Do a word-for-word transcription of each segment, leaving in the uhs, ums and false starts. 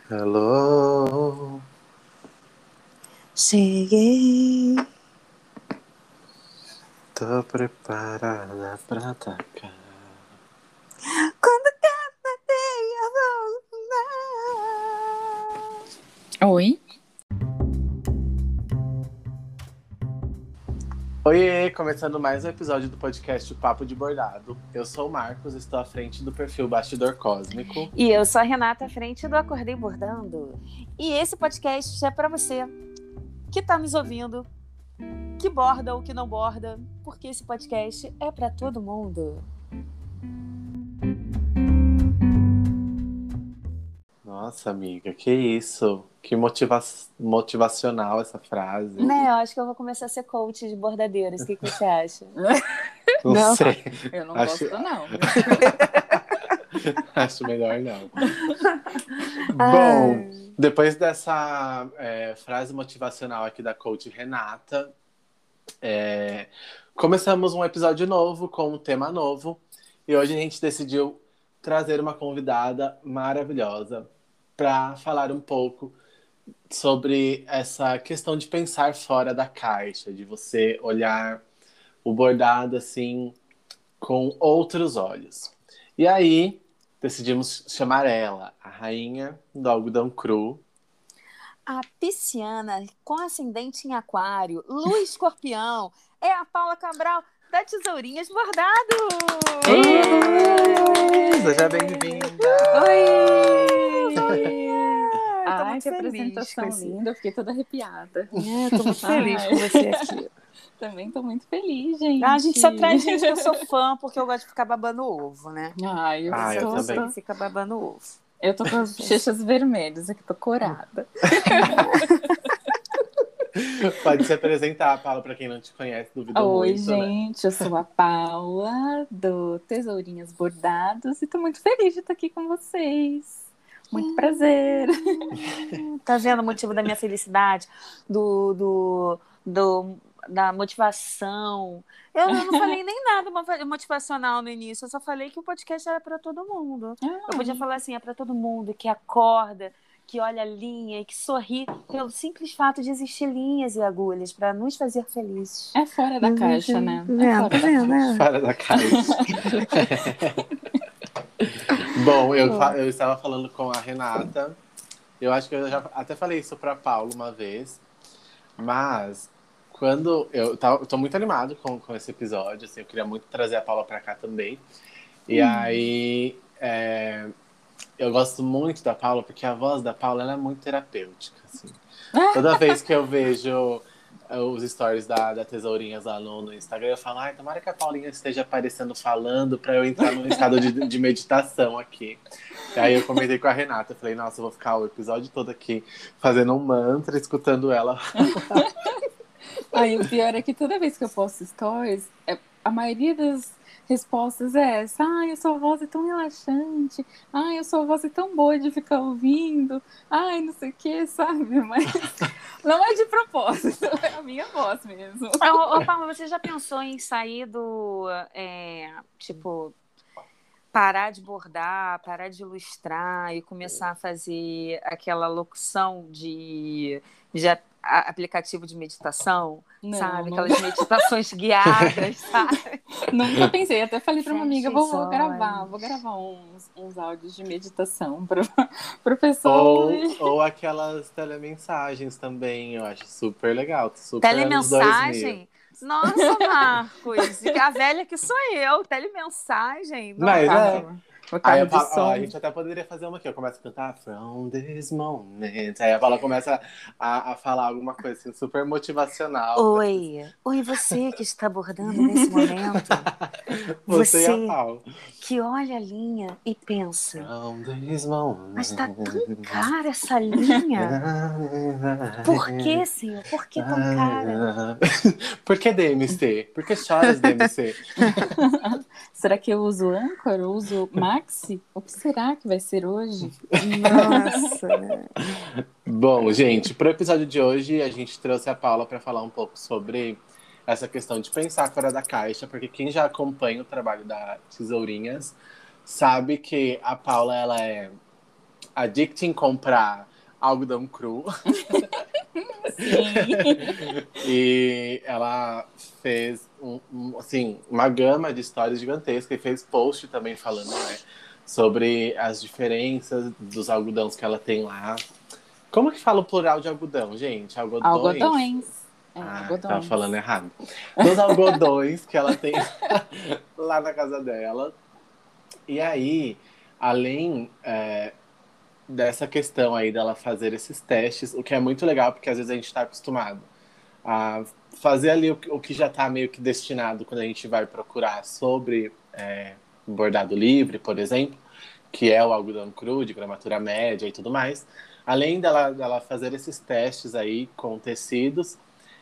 Hello. Cheguei. Tô preparada pra atacar. Quando cantei, eu vou. Oi? Oiê, começando mais um episódio do podcast Papo de Bordado. Eu sou o Marcos, estou à frente do perfil Bastidor Cósmico. E eu sou a Renata, à frente do Acordei Bordando. E esse podcast é pra você que tá nos ouvindo, que borda ou que não borda, porque esse podcast é pra todo mundo. Nossa, amiga, que isso? Que motiva- motivacional essa frase. Né, eu acho que eu vou começar a ser coach de bordadeiras. O que, que você acha? Não, Não. sei. Eu não Acho- gosto, não. Acho melhor não. Ai. Bom, depois dessa é, frase motivacional aqui da coach Renata, é, começamos um episódio novo com um tema novo. E hoje a gente decidiu trazer uma convidada maravilhosa para falar um pouco sobre essa questão de pensar fora da caixa, de você olhar o bordado assim com outros olhos. E aí decidimos chamar ela, a rainha do algodão cru. A pisciana com ascendente em aquário, lua escorpião, é a Paula Cabral da Tesourinhas Bordado! Oi, seja bem-vinda! Oi! Tô Ai, muito que feliz apresentação com esse- linda. Eu fiquei toda arrepiada. É, tô muito feliz Ai. com você aqui. Também tô muito feliz, gente. Ah, a gente só traz gente que eu sou fã, porque eu gosto de ficar babando ovo, né? Ai, eu, Ah, eu tô, também. Que fica babando ovo. eu tô com as bochechas vermelhas aqui, tô corada. Pode se apresentar, Paula, para quem não te conhece, duvido Oi, muito, né? gente, eu sou a Paula, do Tesourinhas Bordados, e tô muito feliz de estar aqui com vocês. Muito prazer. Tá vendo o motivo da minha felicidade? Do, do, do, da motivação. Eu, eu não falei nem nada motivacional no início, eu só falei que o podcast era para todo mundo. Eu podia falar assim, é para todo mundo que acorda, que olha a linha e que sorri pelo simples fato de existir linhas e agulhas para nos fazer felizes. É fora da caixa, né? É É, fora tá da vendo, caixa. né? Fora da caixa. Bom, eu, fa- eu estava falando com a Renata. Eu acho que eu já até falei isso pra Paulo uma vez. Mas quando eu, tava, eu tô muito animado com, com esse episódio, assim, eu queria muito trazer a Paula pra cá também. E aí é, eu gosto muito da Paula, porque a voz da Paula ela é muito terapêutica, assim. Toda vez que eu vejo os stories da, da Tesourinhas lá no, no Instagram, eu falo, ai, tomara que a Paulinha esteja aparecendo falando pra eu entrar num estado de, de meditação aqui. E aí eu comentei com a Renata, eu falei, nossa, eu vou ficar o episódio todo aqui fazendo um mantra, escutando ela. Aí o pior é que toda vez que eu posto stories, é- a maioria das respostas é essa. Ai, a sua voz é tão relaxante. Ai, a sua voz é tão boa de ficar ouvindo. Ai, não sei o que, sabe? Mas não é de propósito, é a minha voz mesmo. Ô, ô, Paula, você já pensou em sair do, é, tipo, parar de bordar, parar de ilustrar e começar a fazer aquela locução de, de a- a- aplicativo de meditação, Não, sabe? não- Aquelas meditações guiadas, sabe? Nunca pensei, até falei pra uma Fecha amiga, vou, os vou gravar, olhos. vou gravar uns, uns áudios de meditação pro, pro pessoal. Ou, ou aquelas telemensagens também, eu acho super legal. Super anos dois mil. Telemensagem? Nossa, Marcos, a velha que sou eu, telemensagem. Mas Nossa. é. O Aí carro eu de falo, ó, som. a gente até poderia fazer uma aqui. Eu começo a cantar From this moment. Aí a Paula começa a, a falar alguma coisa assim, super motivacional. Oi, oi, você que está bordando nesse momento, Você, e você- a Paula. que olha a linha e pensa, From this moment. mas tá tão cara essa linha. Por que, senhor? Por que tão cara? Por que D M C? Por que choras, D M C? Será que eu uso Anchor? Eu uso Maxi? O que será que vai ser hoje? Nossa. Bom, gente, pro episódio de hoje, a gente trouxe a Paula para falar um pouco sobre essa questão de pensar fora da caixa, porque quem já acompanha o trabalho da Tesourinhas sabe que a Paula, ela é addict em comprar algodão cru. Sim. E ela fez um, um, assim, uma gama de histórias gigantesca e fez post também falando, né, sobre as diferenças dos algodões que ela tem lá. Como que fala o plural de algodão, gente? Algodões? Algodões. É, Ah, algodões. tava falando errado. Dos algodões que ela tem lá na casa dela. E aí, além é, dessa questão aí dela fazer esses testes, o que é muito legal, porque às vezes a gente está acostumado a fazer ali o, o que já está meio que destinado quando a gente vai procurar sobre é, bordado livre, por exemplo, que é o algodão cru, de gramatura média e tudo mais. Além dela, dela fazer esses testes aí com tecidos,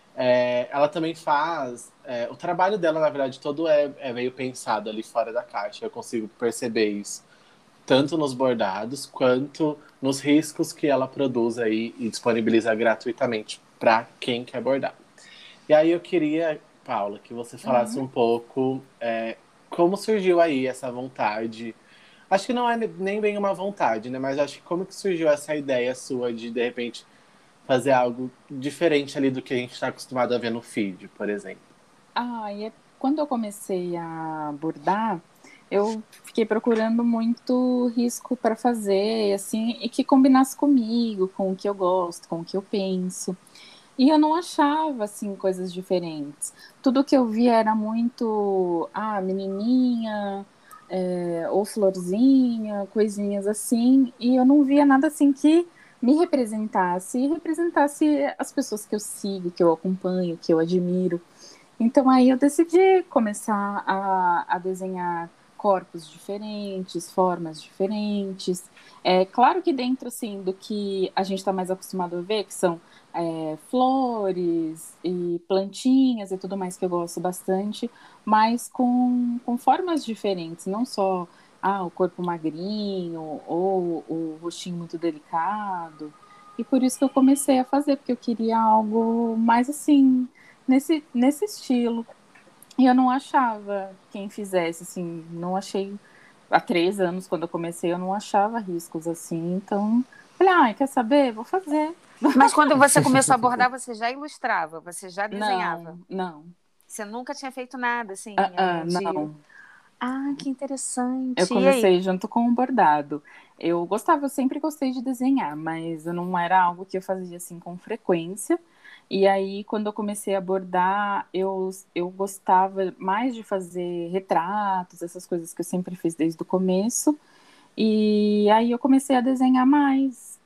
é, ela também faz. É, o trabalho dela, na verdade, todo é, é meio pensado ali fora da caixa. Eu consigo perceber isso, tanto nos bordados quanto nos riscos que ela produz aí e disponibiliza gratuitamente para quem quer bordar. E aí eu queria, Paula, que você falasse Uhum. um pouco é, como surgiu aí essa vontade. Acho que não é nem bem uma vontade, né? Mas acho que como que surgiu essa ideia sua de, de repente, fazer algo diferente ali do que a gente está acostumado a ver no feed, por exemplo. Ah, e é, quando eu comecei a bordar, eu fiquei procurando muito risco para fazer, assim, e que combinasse comigo, com o que eu gosto, com o que eu penso. E eu não achava, assim, coisas diferentes. Tudo que eu via era muito, ah, menininha, é, ou florzinha, coisinhas assim, e eu não via nada assim que me representasse e representasse as pessoas que eu sigo, que eu acompanho, que eu admiro. Então aí eu decidi começar a, a desenhar corpos diferentes, formas diferentes. É claro que dentro assim do que a gente está mais acostumado a ver, que são é, flores e plantinhas e tudo mais que eu gosto bastante, mas com, com formas diferentes, não só ah, o corpo magrinho ou o rostinho muito delicado. E por isso que eu comecei a fazer, porque eu queria algo mais assim nesse, nesse estilo. E eu não achava quem fizesse, assim, não achei. Há três anos, quando eu comecei, eu não achava riscos assim. Então, falei, ah, quer saber? Vou fazer. Mas quando você começou a bordar, você já ilustrava, você já desenhava? Não, não. Você nunca tinha feito nada, assim, Ah, é, ah, de... não. Ah, que Eu interessante. E aí? comecei junto com o bordado. Eu gostava, eu sempre gostei de desenhar, mas não era algo que eu fazia assim com frequência. E aí, quando eu comecei a bordar, eu, eu gostava mais de fazer retratos, essas coisas que eu sempre fiz desde o começo. E aí eu comecei a desenhar mais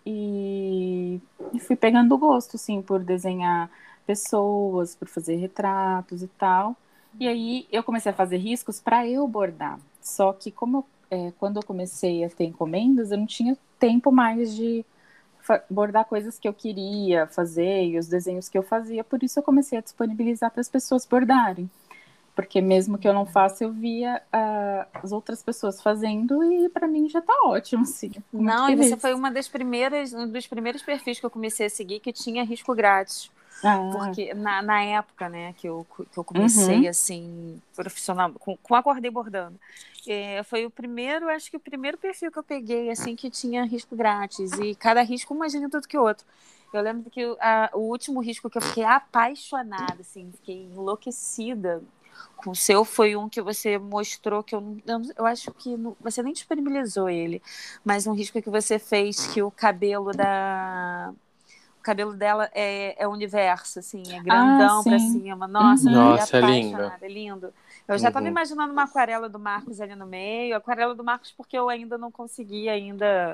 e, e fui pegando gosto, assim, por desenhar pessoas, por fazer retratos e tal. E aí eu comecei a fazer riscos para eu bordar. Só que como eu, é, quando eu comecei a ter encomendas, eu não tinha tempo mais de bordar coisas que eu queria fazer e os desenhos que eu fazia. Por isso eu comecei a disponibilizar para as pessoas bordarem. Porque mesmo que eu não faça, eu via uh, as outras pessoas fazendo e para mim já tá ótimo, assim. Não, e você foi uma das primeiras, um dos primeiros perfis que eu comecei a seguir que tinha risco grátis. Ah. Porque na, na época, né, que eu, que eu comecei, uhum. assim, profissional, com, com Acordei Bordando, é, foi o primeiro, acho que o primeiro perfil que eu peguei, assim, que tinha risco grátis. E cada risco, imagina tudo que o outro. Eu lembro que a, o último risco que eu fiquei apaixonada, assim, fiquei enlouquecida com o seu, foi um que você mostrou, que eu, eu, eu acho que não, você nem disponibilizou ele, mas um risco que você fez, que o cabelo da... O cabelo dela é, é universo, assim, é grandão ah, pra cima. uhum. Nossa, eu fiquei Nossa, é lindo. apaixonada, é lindo. Eu já estava Uhum. imaginando uma aquarela do Marcos ali no meio, aquarela do Marcos porque eu ainda não consegui ainda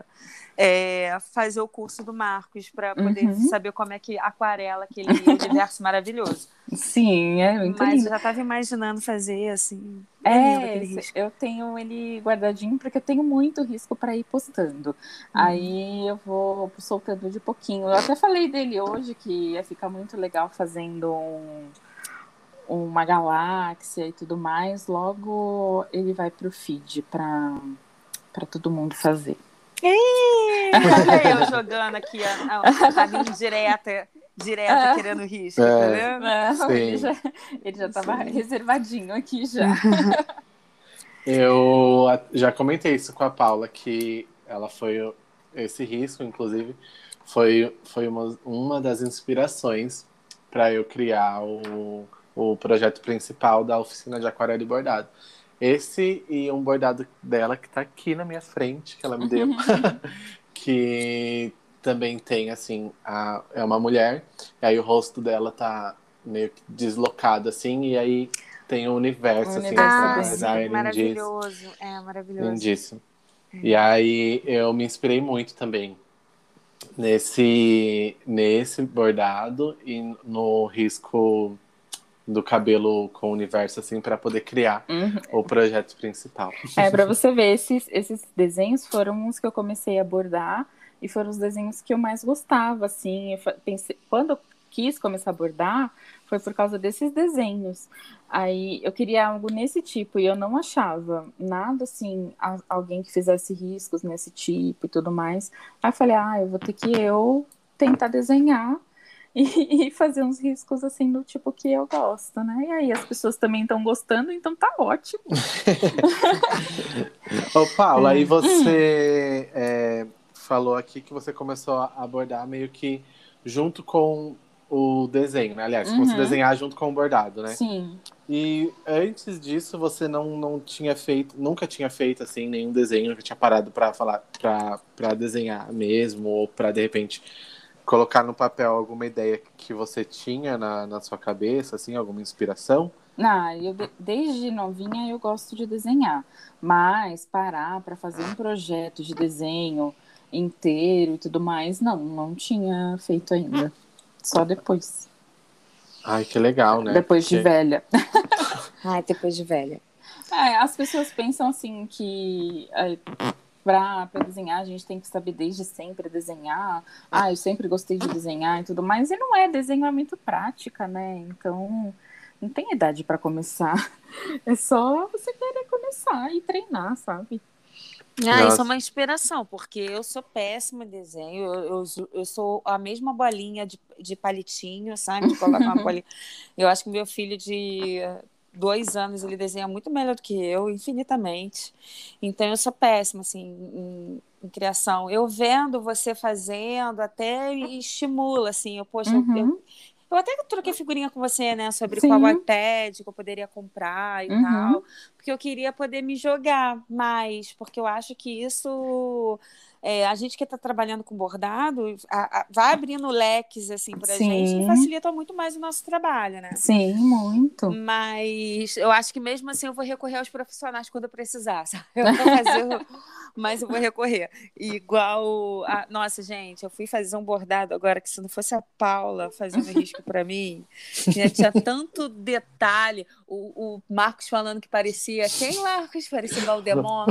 é, fazer o curso do Marcos para poder Uhum. saber como é que aquarela aquele universo maravilhoso. Sim, é muito Mas lindo. eu já estava imaginando fazer, assim, é, É, lindo aquele esse, risco. eu tenho ele guardadinho porque eu tenho muito risco para ir postando. Uhum. Aí eu vou soltando de pouquinho. Eu até falei dele hoje que ia ficar muito legal fazendo um, uma galáxia e tudo mais. Logo ele vai pro feed para para todo mundo fazer. Ih, olha eu jogando aqui a, a, a minha indireta, direta, Ah, querendo risco, é, tá vendo? Não, sim. ele já, ele já tava sim. reservadinho aqui já. Eu já comentei isso com a Paula, que ela foi... esse risco, inclusive, foi, foi uma, uma das inspirações para eu criar o, o projeto principal da oficina de aquarela e bordado. Esse e um bordado dela que tá aqui na minha frente, que ela me deu, que também tem, assim, a, é uma mulher, e aí o rosto dela tá meio que deslocado, assim, e aí tem o universo, O assim, universo Ah, atrás. dentro. sim, Ai, lindíssimo. maravilhoso. É, maravilhoso. Lindíssimo. E aí eu me inspirei muito também nesse, nesse bordado e no risco do cabelo com o universo, assim, para poder criar Uhum. o projeto principal. É, pra você ver, esses, esses desenhos foram os que eu comecei a bordar e foram os desenhos que eu mais gostava, assim. Eu fa- pensei, quando eu quis começar a bordar, foi por causa desses desenhos. Aí eu queria algo nesse tipo e eu não achava nada assim, a- alguém que fizesse riscos nesse tipo e tudo mais. Aí eu falei, ah, eu vou ter que eu tentar desenhar e, e fazer uns riscos assim do tipo que eu gosto, né? E aí as pessoas também estão gostando, então tá ótimo. Ô, Paula, aí Hum. você é, falou aqui que você começou a abordar meio que junto com o desenho, né? Aliás, você começou a Uhum. desenhar junto com o bordado, né? Sim. E antes disso, você não, não tinha feito, nunca tinha feito assim nenhum desenho, nunca tinha parado para falar, para para desenhar mesmo, ou para de repente colocar no papel alguma ideia que você tinha na, na sua cabeça, assim, alguma inspiração? Ah, eu de- desde novinha eu gosto de desenhar, mas parar para fazer um projeto de desenho inteiro e tudo mais, não, não tinha feito ainda. Só depois, Ai, que legal, né? depois de Porque velha. Ai, depois de velha. É, as pessoas pensam assim que para desenhar a gente tem que saber desde sempre desenhar. Ah, eu sempre gostei de desenhar e tudo mais, e não é, desenho é muito prática, né? Então não tem idade para começar. É só você querer começar e treinar, sabe? Ah, isso é Nossa. uma inspiração, porque eu sou péssima em desenho. Eu, eu, eu sou a mesma bolinha de, de palitinho, sabe? De colocar uma bolinha. Eu acho que meu filho de dois anos, ele desenha muito melhor do que eu, infinitamente. Então, eu sou péssima, assim, em, em criação. Eu vendo você fazendo, até me estimula, assim. Eu, poxa, eu, eu Uhum. eu até troquei figurinha com você, né, sobre qual Sim. iPad que eu poderia comprar e Uhum. tal, porque eu queria poder me jogar mais, porque eu acho que isso, é, a gente que está trabalhando com bordado, a- a- vai abrindo leques, assim, pra gente e Sim. facilita muito mais o nosso trabalho, né? Sim, muito. Mas eu acho que mesmo assim eu vou recorrer aos profissionais quando eu precisar, sabe? Eu vou fazer, o- mas eu vou recorrer. Igual, a... nossa, gente, eu fui fazer um bordado agora que se não fosse a Paula fazendo risco para mim, tinha, tinha tanto detalhe. O, o Marcos falando que parecia, quem Marcos? Parecia Valdemort.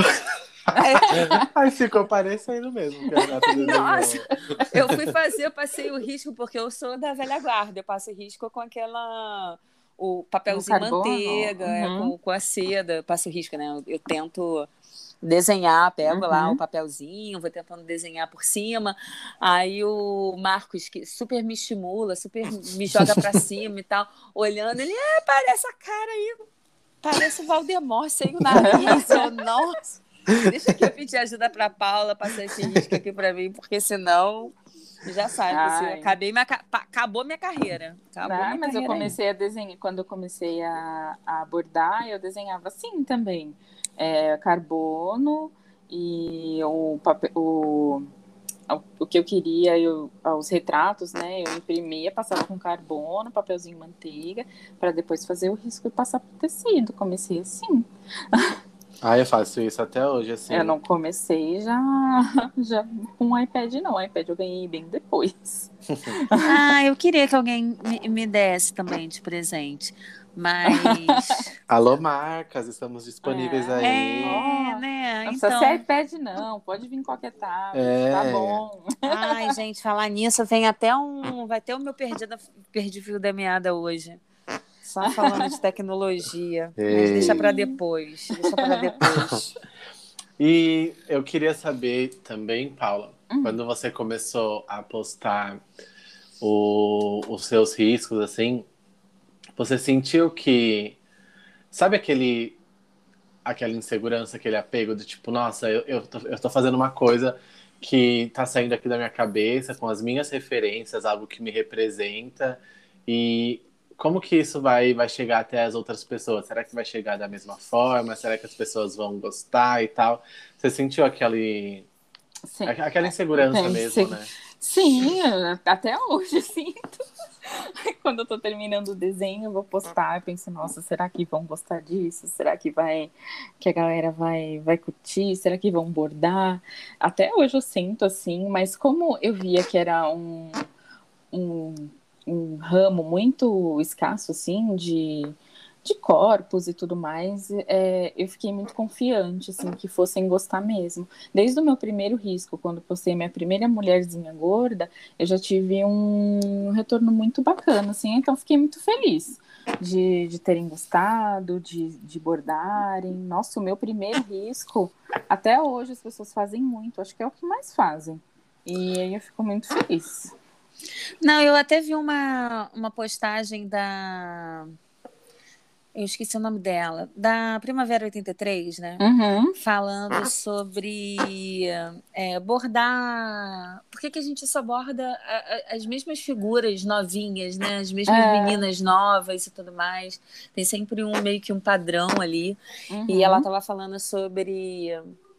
Aí ficou parecendo mesmo que a gata Nossa, desenhou. eu fui fazer, eu passei o risco, porque eu sou da velha guarda, eu passo risco com aquela, o No papelzinho carbono? manteiga, é, Uhum. com, com a seda, eu passo risco, né? Eu, eu tento desenhar, pego lá o Uhum. papelzinho, vou tentando desenhar por cima, aí o Marcos, que super me estimula, super me joga pra cima e tal, olhando, ele, é, parece a cara aí, parece o Valdemort sem o nariz, eu, nossa. Deixa aqui eu pedir ajuda para Paula passar esse risco aqui para mim, porque senão já sabe, você Ai. acabei minha, ca- pa- acabou minha carreira. Acabou Ah, minha mas eu carreira aí. comecei a desenhar, quando eu comecei a, a bordar, eu desenhava assim também. É, carbono e o, papel, o, o que eu queria, eu, os retratos, né? Eu imprimia, passava com carbono, papelzinho manteiga, para depois fazer o risco e passar pro tecido. Comecei assim. Ah, eu faço isso até hoje, Eu assim. não comecei já, já com o iPad, não. O iPad eu ganhei bem depois. Ah, eu queria que alguém me, me desse também de presente, mas Alô, marcas, estamos disponíveis É, aí. é, ó, né? não precisa ser Então, iPad, não. Pode vir qualquer tablet, tá É. bom. ai, gente, falar nisso, tem até um, vai ter o meu perdido, perdi fio da meada hoje. Só falando de tecnologia, mas deixa para Ei. depois, deixa para depois. E eu queria saber também, Paula, Hum. quando você começou a postar o- os seus riscos, assim, você sentiu que. Sabe aquele, aquela insegurança, aquele apego do tipo, nossa, eu, eu, tô, eu tô fazendo uma coisa que tá saindo aqui da minha cabeça, com as minhas referências, algo que me representa. E como que isso vai, vai chegar até as outras pessoas? Será que vai chegar da mesma forma? Será que as pessoas vão gostar e tal? Você sentiu aquele, Sim. aquela insegurança mesmo, Sim. né? Sim, até hoje sinto. Quando eu tô terminando o desenho, eu vou postar, eu penso, nossa, será que vão gostar disso? Será que vai, que a galera vai, vai curtir? Será que vão bordar? Até hoje eu sinto assim, mas como eu via que era um, um, um ramo muito escasso, assim, de, de corpos e tudo mais, é, eu fiquei muito confiante, assim, que fossem gostar mesmo. Desde o meu primeiro risco, quando postei minha primeira mulherzinha gorda, eu já tive um retorno muito bacana, assim, então fiquei muito feliz de, de terem gostado, de, de bordarem. Nossa, o meu primeiro risco, até hoje as pessoas fazem muito, acho que é o que mais fazem. E aí eu fico muito feliz. Não, eu até vi uma, uma postagem da... Eu esqueci o nome dela. Da Primavera oitenta e três, né? Uhum. Falando sobre é, bordar... Por que, que a gente só borda a, a, as mesmas figuras novinhas, né? As mesmas É. meninas novas e tudo mais. Tem sempre um meio que um padrão ali. Uhum. E ela estava falando sobre...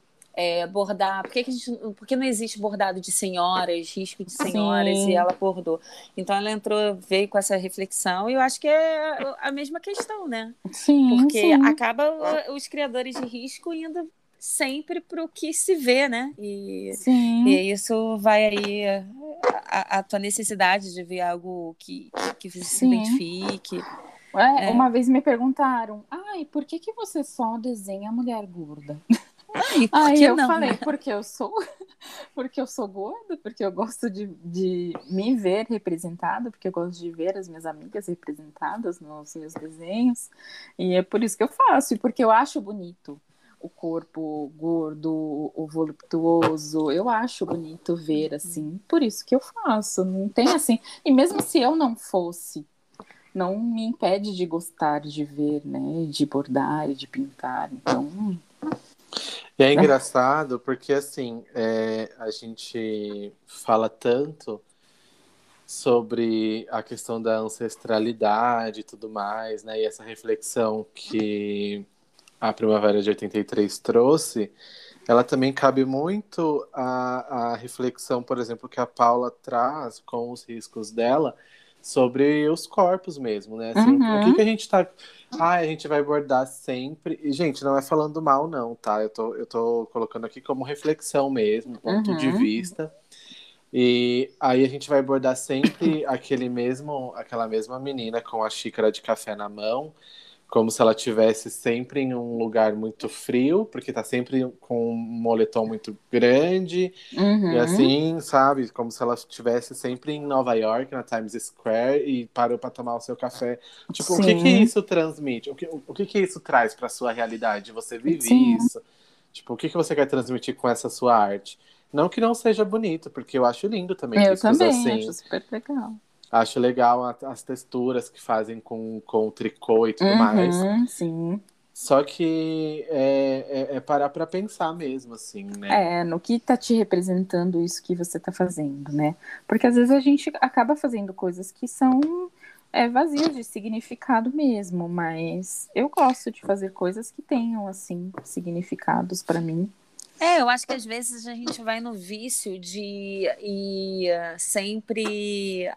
É, bordar, por que, que, a gente, por que não existe bordado de senhoras, risco de senhoras, Sim. e ela bordou. Então ela entrou, veio com essa reflexão, e eu acho que é a mesma questão, né? Sim, Porque sim. acaba os criadores de risco indo sempre para o que se vê, né? E, Sim. e isso vai aí a, a tua necessidade de ver algo que, que você se Sim. identifique. É, É. Uma vez me perguntaram, ai, por que, que você só desenha mulher gorda? E por Aí que eu não, falei, né? porque eu sou, porque eu sou gorda, porque eu gosto de, de me ver representada, porque eu gosto de ver as minhas amigas representadas nos meus desenhos, e é por isso que eu faço, e porque eu acho bonito o corpo gordo, o voluptuoso, eu acho bonito ver assim, por isso que eu faço, não tem assim, e mesmo se eu não fosse, não me impede de gostar de ver, né, de bordar e de pintar, então... E é engraçado porque, assim, é, a gente fala tanto sobre a questão da ancestralidade e tudo mais, né? E essa reflexão que a Primavera de oitenta e três trouxe, ela também cabe muito à, à reflexão, por exemplo, que a Paula traz com os riscos dela sobre os corpos mesmo, né? Assim, Uhum. o que, que a gente tá... Ah, a gente vai bordar sempre... E, gente, não é falando mal, não, tá? Eu tô, eu tô colocando aqui como reflexão mesmo, ponto Uhum. de vista. E aí a gente vai bordar sempre aquele mesmo, aquela mesma menina com a xícara de café na mão, como se ela tivesse sempre em um lugar muito frio, porque tá sempre com um moletom muito grande, Uhum. e assim, sabe? Como se ela estivesse sempre em Nova York, na Times Square, e parou para tomar o seu café. Tipo, Sim. o que que isso transmite? O que, o que que isso traz para sua realidade? Você vive Sim. isso? Tipo, o que que você quer transmitir com essa sua arte? Não que não seja bonito, porque eu acho lindo também Eu riscos também, assim. acho super legal. Acho legal a- as texturas que fazem com, com o tricô e tudo Uhum, mais. sim. Só que é, é, é parar pra pensar mesmo, assim, né? É, no que tá te representando isso que você tá fazendo, né? Porque às vezes a gente acaba fazendo coisas que são é, vazias de significado mesmo, mas eu gosto de fazer coisas que tenham, assim, significados pra mim. É, eu acho que às vezes a gente vai no vício de ir sempre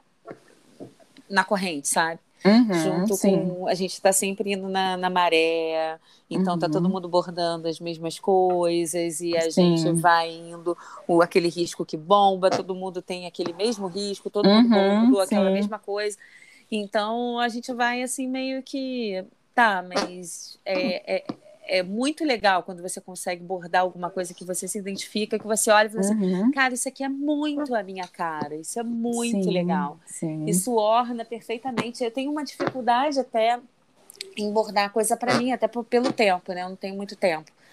na corrente, sabe? Uhum, Junto sim. com. A gente tá sempre indo na, na maré, então tá todo Uhum. mundo bordando as mesmas coisas, e a gente Sim. vai indo, o, aquele risco que bomba, todo mundo tem aquele mesmo risco, todo mundo Uhum, bordou aquela sim. mesma coisa. Então a gente vai assim meio que. Tá, mas é, é, é muito legal quando você consegue bordar alguma coisa que você se identifica, que você olha e fala assim, Uhum. cara, isso aqui é muito a minha cara, isso é muito Sim, legal. sim. Isso orna perfeitamente. Eu tenho uma dificuldade até em bordar coisa para mim, até por, pelo tempo, né? Eu não tenho muito tempo.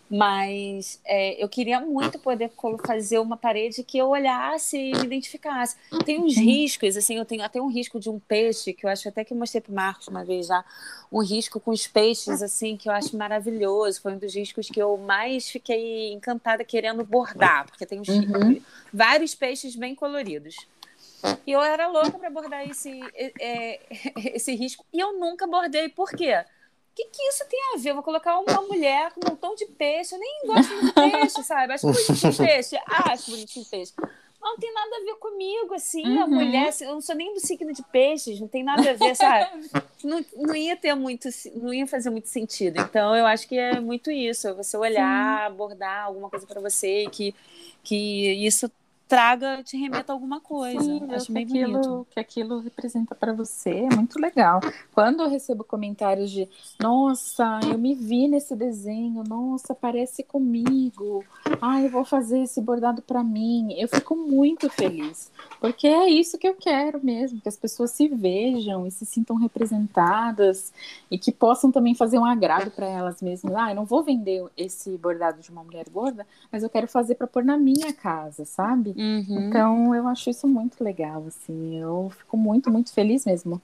Mas é, eu queria muito poder fazer uma parede que eu olhasse e me identificasse. Tem uns riscos, assim, eu tenho até um risco de um peixe, que eu acho até que eu mostrei para o Marcos uma vez já, um risco com os peixes, assim, que eu acho maravilhoso. Foi um dos riscos que eu mais fiquei encantada querendo bordar, porque tem uns, Uhum. vários peixes bem coloridos. E eu era louca para bordar esse, é, esse risco, e eu nunca bordei. Por quê? O que, que isso tem a ver? Eu vou colocar uma mulher com um montão de peixe. Eu nem gosto muito de peixe, sabe? Acho bonitinho peixe. Ah, acho bonitinho peixe. Mas não tem nada a ver comigo, assim. Uhum. A mulher, eu não sou nem do signo de peixes, não tem nada a ver, sabe? Não, não ia ter muito, não ia fazer muito sentido. Então, eu acho que é muito isso. Você olhar, Sim. abordar alguma coisa para você e que, que isso traga, te remeta a alguma coisa. Sim, acho que bem aquilo, bonito. que aquilo representa para você é muito legal. Quando eu recebo comentários de nossa, eu me vi nesse desenho, nossa, parece comigo, ah, eu vou fazer esse bordado para mim, eu fico muito feliz, porque é isso que eu quero mesmo, que as pessoas se vejam e se sintam representadas e que possam também fazer um agrado para elas mesmas. Ah, eu não vou vender esse bordado de uma mulher gorda, mas eu quero fazer para pôr na minha casa, sabe? Uhum. Então, eu acho isso muito legal, assim, eu fico muito, muito feliz mesmo.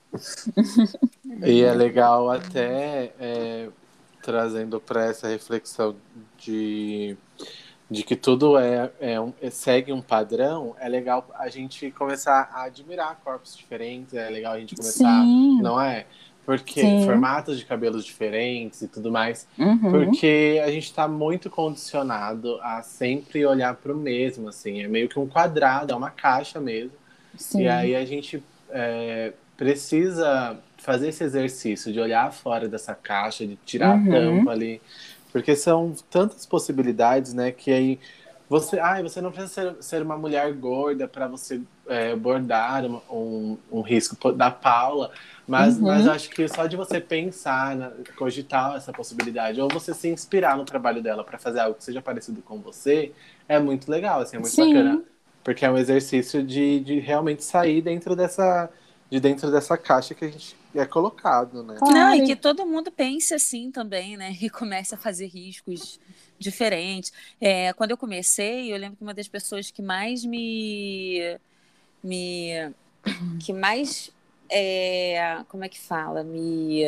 E é legal até é, trazendo para essa reflexão de, de que tudo é, é, um, é segue um padrão, é legal a gente começar a admirar corpos diferentes, é legal a gente começar, Sim. não é? Porque Sim. formatos de cabelos diferentes e tudo mais, Uhum. porque a gente está muito condicionado a sempre olhar para o mesmo, assim, é meio que um quadrado, é uma caixa mesmo. Sim. E aí a gente é, precisa fazer esse exercício de olhar fora dessa caixa, de tirar Uhum. a tampa ali, porque são tantas possibilidades, né, que aí você, ah, você não precisa ser, ser uma mulher gorda para você é, bordar um, um, um risco da Paula, mas, Uhum. mas acho que só de você pensar, na, cogitar essa possibilidade, ou você se inspirar no trabalho dela para fazer algo que seja parecido com você, é muito legal, assim, é muito Sim. bacana. Porque é um exercício de, de realmente sair dentro dessa, de dentro dessa caixa que a gente é colocado, né? Claro. Não, e que todo mundo pense assim também, né? E comece a fazer riscos diferentes. É, quando eu comecei, eu lembro que uma das pessoas que mais me... me que mais... É, como é que fala? Me...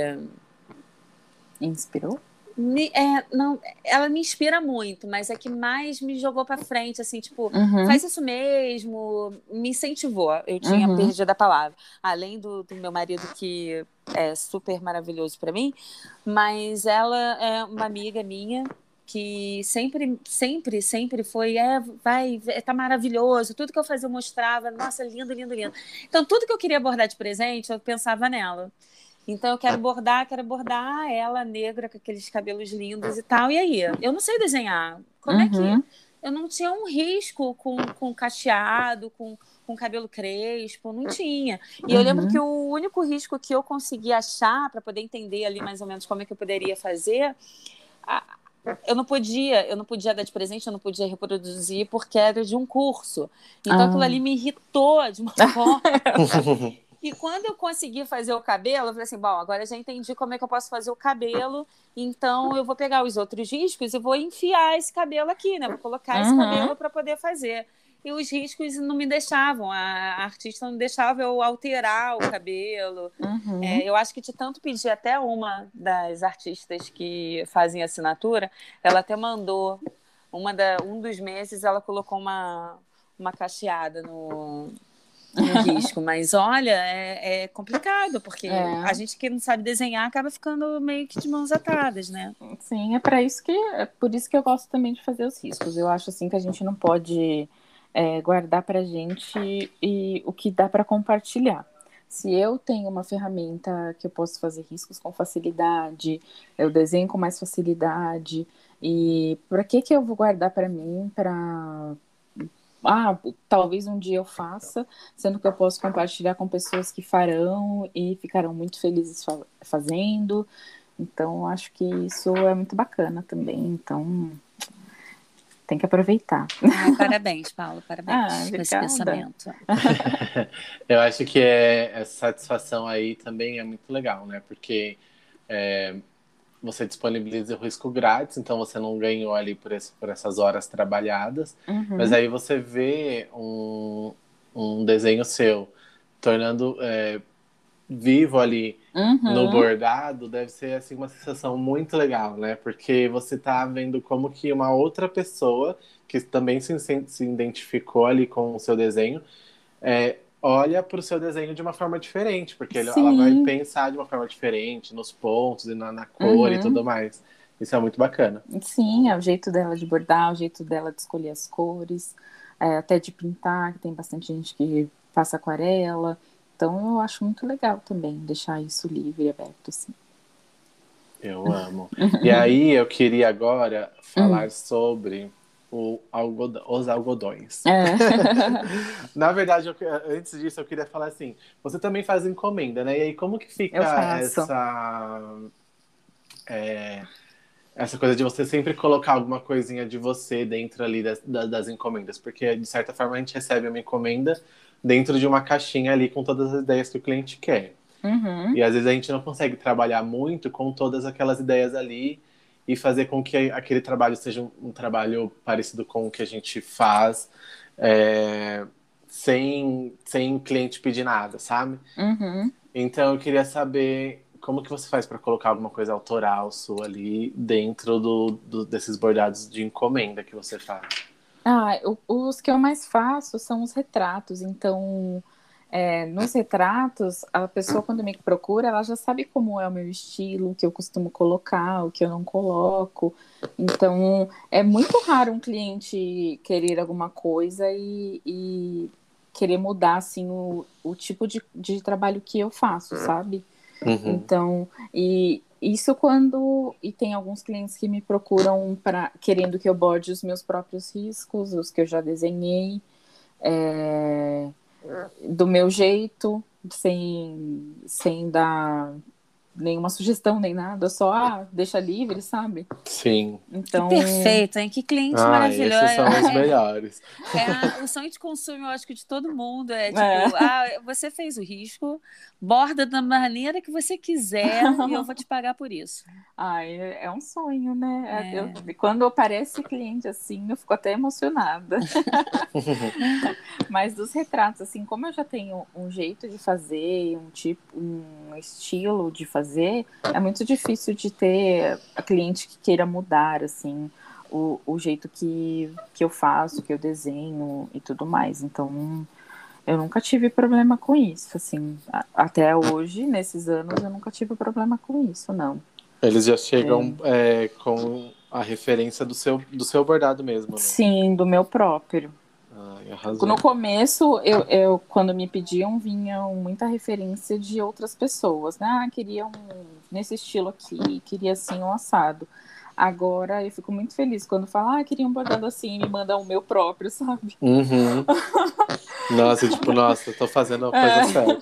Inspirou? Me, é, não, ela me inspira muito, mas é que mais me jogou pra frente, assim, tipo, Uhum. faz isso mesmo, me incentivou. Eu tinha Uhum. perdido a palavra. Além do, do meu marido, que é super maravilhoso pra mim, mas ela é uma amiga minha que sempre, sempre, sempre foi, é, vai, tá maravilhoso. Tudo que eu fazia eu mostrava, nossa, lindo, lindo, lindo. Então, tudo que eu queria abordar de presente, eu pensava nela. Então, eu quero bordar, quero bordar ela negra com aqueles cabelos lindos e tal. E aí? Eu não sei desenhar. Como Uhum. é que... Eu não tinha um risco com, com cacheado, com, com cabelo crespo, não tinha. E eu Uhum. lembro que o único risco que eu consegui achar, para poder entender ali mais ou menos como é que eu poderia fazer... A, eu não podia, eu não podia dar de presente, eu não podia reproduzir porque era de um curso. Então, Ah. aquilo ali me irritou de uma forma... E quando eu consegui fazer o cabelo, eu falei assim, bom, agora eu já entendi como é que eu posso fazer o cabelo, então eu vou pegar os outros riscos e vou enfiar esse cabelo aqui, né? Vou colocar Uhum. esse cabelo para poder fazer. E os riscos não me deixavam, a artista não deixava eu alterar o cabelo. Uhum. É, eu acho que de tanto pedir, até uma das artistas que fazem assinatura, ela até mandou, uma da, um dos meses ela colocou uma, uma cacheada no... no risco, mas olha, é, é complicado, porque É. a gente que não sabe desenhar acaba ficando meio que de mãos atadas, né? Sim, é para isso que é por isso que eu gosto também de fazer os riscos. Eu acho assim que a gente não pode é, guardar pra gente e o que dá para compartilhar. Se eu tenho uma ferramenta que eu posso fazer riscos com facilidade, eu desenho com mais facilidade, e para que que eu vou guardar para mim, para ah, talvez um dia eu faça, sendo que eu posso compartilhar com pessoas que farão e ficarão muito felizes fa- fazendo. Então, acho que isso é muito bacana também. Então, tem que aproveitar. Ai, parabéns, Paulo, parabéns Ah, com esse obrigada. pensamento. Eu acho que é, essa satisfação aí também é muito legal, né? Porque é, você disponibiliza o risco grátis, então você não ganhou ali por, esse, por essas horas trabalhadas. Uhum. Mas aí você vê um, um desenho seu tornando é, vivo ali no Uhum. bordado, deve ser assim, uma sensação muito legal, né? Porque você tá vendo como que uma outra pessoa que também se, se identificou ali com o seu desenho é, olha para o seu desenho de uma forma diferente, porque ele- ela vai Sim. pensar de uma forma diferente nos pontos e na, na cor e Uhum. tudo mais. Isso é muito bacana. Sim, é o jeito dela de bordar, o jeito dela de escolher as cores, é, até de pintar, que tem bastante gente que passa aquarela. Então eu acho muito legal também deixar isso livre e aberto, assim. Eu amo. E aí eu queria agora Hum. falar sobre o algodão, os algodões. É. Na verdade, eu- antes disso, eu queria falar assim: você também faz encomenda, né? E aí, como que Eu fica faço. essa, é, essa coisa de você sempre colocar alguma coisinha de você dentro ali das, da- das encomendas? Porque, de certa forma, a gente recebe uma encomenda dentro de uma caixinha ali com todas as ideias que o cliente quer. Uhum. E às vezes a gente não consegue trabalhar muito com todas aquelas ideias ali e fazer com que aquele trabalho seja um, um trabalho parecido com o que a gente faz, é, sem, sem cliente pedir nada, sabe? Uhum. Então eu queria saber como que você faz para colocar alguma coisa autoral sua ali dentro do, do- desses bordados de encomenda que você faz. Ah, o- os que eu mais faço são os retratos. Então, é, nos retratos, a pessoa quando me procura, ela já sabe como é o meu estilo, o que eu costumo colocar, o que eu não coloco. Então, é muito raro um cliente querer alguma coisa e, e querer mudar assim o, o tipo de, de trabalho que eu faço, sabe? Uhum. Então, e isso quando. E tem alguns clientes que me procuram para querendo que eu borde os meus próprios riscos, os que eu já desenhei, é, do meu jeito, sem, sem dar nenhuma sugestão nem nada, só ah, deixa livre, sabe? Sim. Que Então. perfeito, hein? Que cliente Ah, maravilhoso. esses são os É, é, melhores. é a- o sonho de consumo, eu acho que de todo mundo é tipo, É. ah, você fez o risco, borda da maneira que você quiser e eu vou te pagar por isso. Ai, é é um sonho, né? É, eu- É. quando aparece cliente assim, eu fico até emocionada. Mas dos retratos, assim, como eu já tenho um jeito de fazer, um tipo, um estilo de fazer, é muito difícil de ter a cliente que queira mudar, assim, o, o jeito que, que eu faço, que eu desenho e tudo mais. Então, eu nunca tive problema com isso, assim. A- Até hoje, nesses anos, eu nunca tive problema com isso, não. Eles já chegam é, com a referência do seu, do seu bordado mesmo, né? Sim, do meu próprio. Ai, arrasou. No começo, eu, eu, quando me pediam, vinham muita referência de outras pessoas, né? Ah, queria um nesse estilo aqui, queria assim um assado. Agora eu fico muito feliz quando falam, ah, queria um bordado assim, e me mandam o meu próprio, sabe? Uhum. Nossa, tipo, nossa, eu tô fazendo a coisa É. certa.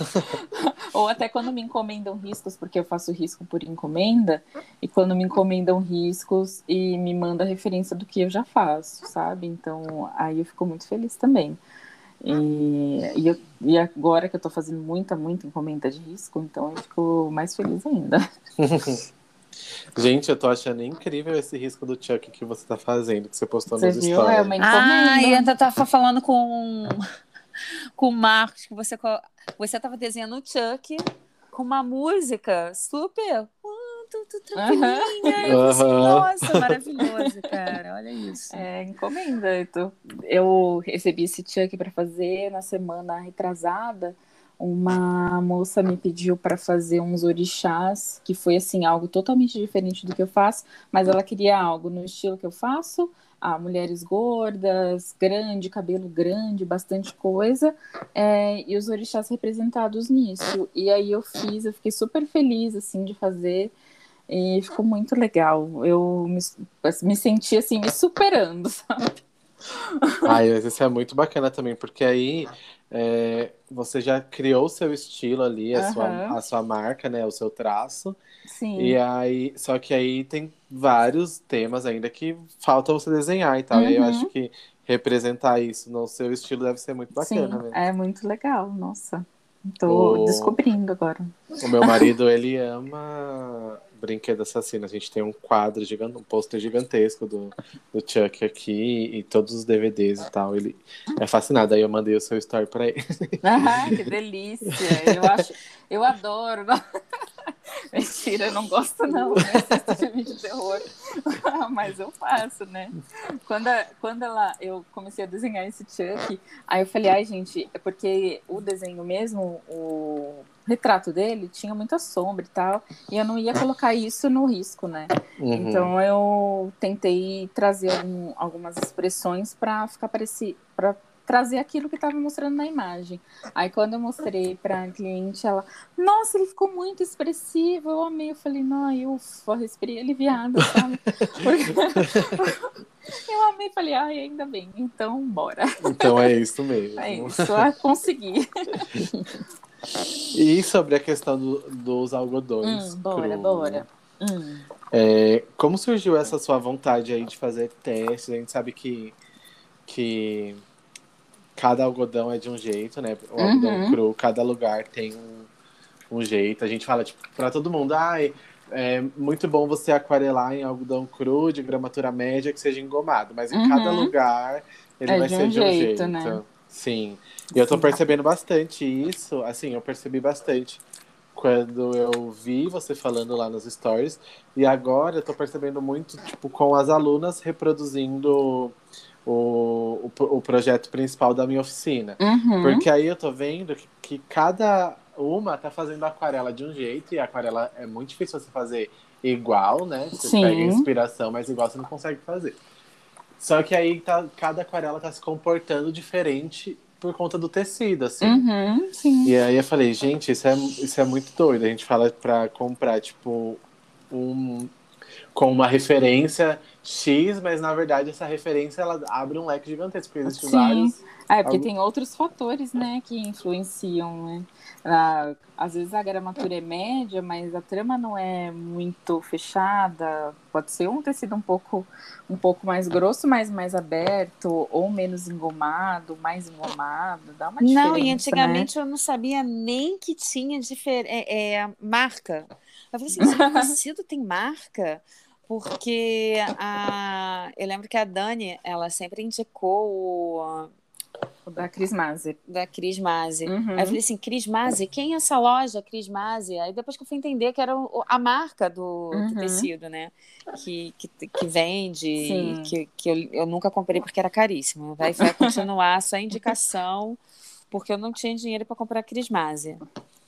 Ou até quando me encomendam riscos, porque eu faço risco por encomenda, e quando me encomendam riscos e me manda referência do que eu já faço, sabe? Então aí eu fico muito feliz também. E, e, eu, e agora que eu tô fazendo muita, muita encomenda de risco, então eu fico mais feliz ainda. Gente, eu tô achando incrível esse risco do Chuck que você tá fazendo, que você postou Você nos viu? É uma stories. Ah, e eu encomenda. ainda tava falando com, com o Marcos, que você, co- você tava desenhando o Chuck com uma música super uh, tu, tu, Aham. tranquilinha. Eu falei assim, Aham. nossa, maravilhoso, cara. Olha isso. É encomenda. Eu, tô- eu recebi esse Chuck para fazer na semana retrasada. Uma moça me pediu para fazer uns orixás, que foi assim algo totalmente diferente do que eu faço, mas ela queria algo no estilo que eu faço, ah, mulheres gordas, grande, cabelo grande, bastante coisa, é, e os orixás representados nisso. E aí eu fiz, eu fiquei super feliz assim de fazer. E ficou muito legal. Eu me, me senti assim, me superando, sabe? Ai, mas isso é muito bacana também, porque aí é, você já criou o seu estilo ali, a sua, Aham, a sua marca, né? O seu traço. E sim. aí, só que aí tem vários temas ainda que falta você desenhar e tal. E aí eu acho Uhum, que representar isso no seu estilo deve ser muito bacana sim, mesmo. é muito legal. Nossa, tô O, descobrindo agora. o meu marido, ele ama brinquedo assassino. A gente tem um quadro gigante, um pôster gigantesco do, do Chuck aqui e todos os D V Ds e tal. Ele é fascinado. Aí eu mandei o seu story pra ele. Ah, que delícia! Eu acho, eu adoro. Mentira, eu não gosto não, né? Assisto filme de terror, mas eu faço, né? Quando, a, quando ela, eu comecei a desenhar esse Chuck, aí eu falei, ai gente, é porque o desenho mesmo, o retrato dele tinha muita sombra e tal, e eu não ia colocar isso no risco, né? Uhum. Então eu tentei trazer algum, algumas expressões para ficar parecido, para trazer aquilo que estava mostrando na imagem. Aí quando eu mostrei para a cliente, ela, nossa, ele ficou muito expressivo, eu amei. Eu falei, não, ufa, respirei aliviada, sabe? Porque... eu amei, falei, ai, ainda bem, então bora. Então é isso mesmo. É isso, só consegui. E sobre a questão do, dos algodões Hum, bora, crus, bora. Hum. É, como surgiu essa sua vontade aí de fazer testes? A gente sabe que, que cada algodão é de um jeito, né? O algodão Uhum. cru, cada lugar tem um, um jeito. A gente fala, tipo, pra todo mundo, ah, é muito bom você aquarelar em algodão cru de gramatura média que seja engomado, mas em Uhum. cada lugar ele É vai de ser um de um jeito, jeito. né? Sim. E eu tô Sim. percebendo bastante isso, assim, eu percebi bastante quando eu vi você falando lá nos stories, e agora eu tô percebendo muito, tipo, com as alunas reproduzindo o, o, o projeto principal da minha oficina. Uhum. Porque aí eu tô vendo que, que cada uma tá fazendo aquarela de um jeito, e a aquarela é muito difícil você fazer igual, né? Você Sim. pega inspiração, mas igual você não consegue fazer. Só que aí tá, cada aquarela tá se comportando diferente por conta do tecido, assim. Uhum, sim. E aí eu falei, gente, isso é, isso é muito doido. A gente fala pra comprar, tipo, um, com uma referência X, mas na verdade essa referência ela abre um leque gigantesco, porque existem Sim. vários... Ah, é porque tem outros fatores, né, que influenciam, né? Ah, às vezes a gramatura é média, mas a trama não é muito fechada. Pode ser um tecido um pouco, um pouco mais grosso, mas mais aberto, ou menos engomado, mais engomado. Dá uma diferença, Não, e antigamente né? eu não sabia nem que tinha difer... é, é, marca. Eu falei assim, esse tecido tem marca? Porque a... eu lembro que a Dani, ela sempre indicou o O da Cris Maser. da Cris Mase. Uhum. Aí eu falei assim, Cris Mase? Quem é essa loja, Cris Mase? Aí depois que eu fui entender que era o- a marca do, do Uhum. tecido, né? Que, que, que vende, Sim. que, que eu, eu nunca comprei porque era caríssimo. Vai, vai continuar só indicação, porque eu não tinha dinheiro para comprar Cris Mase.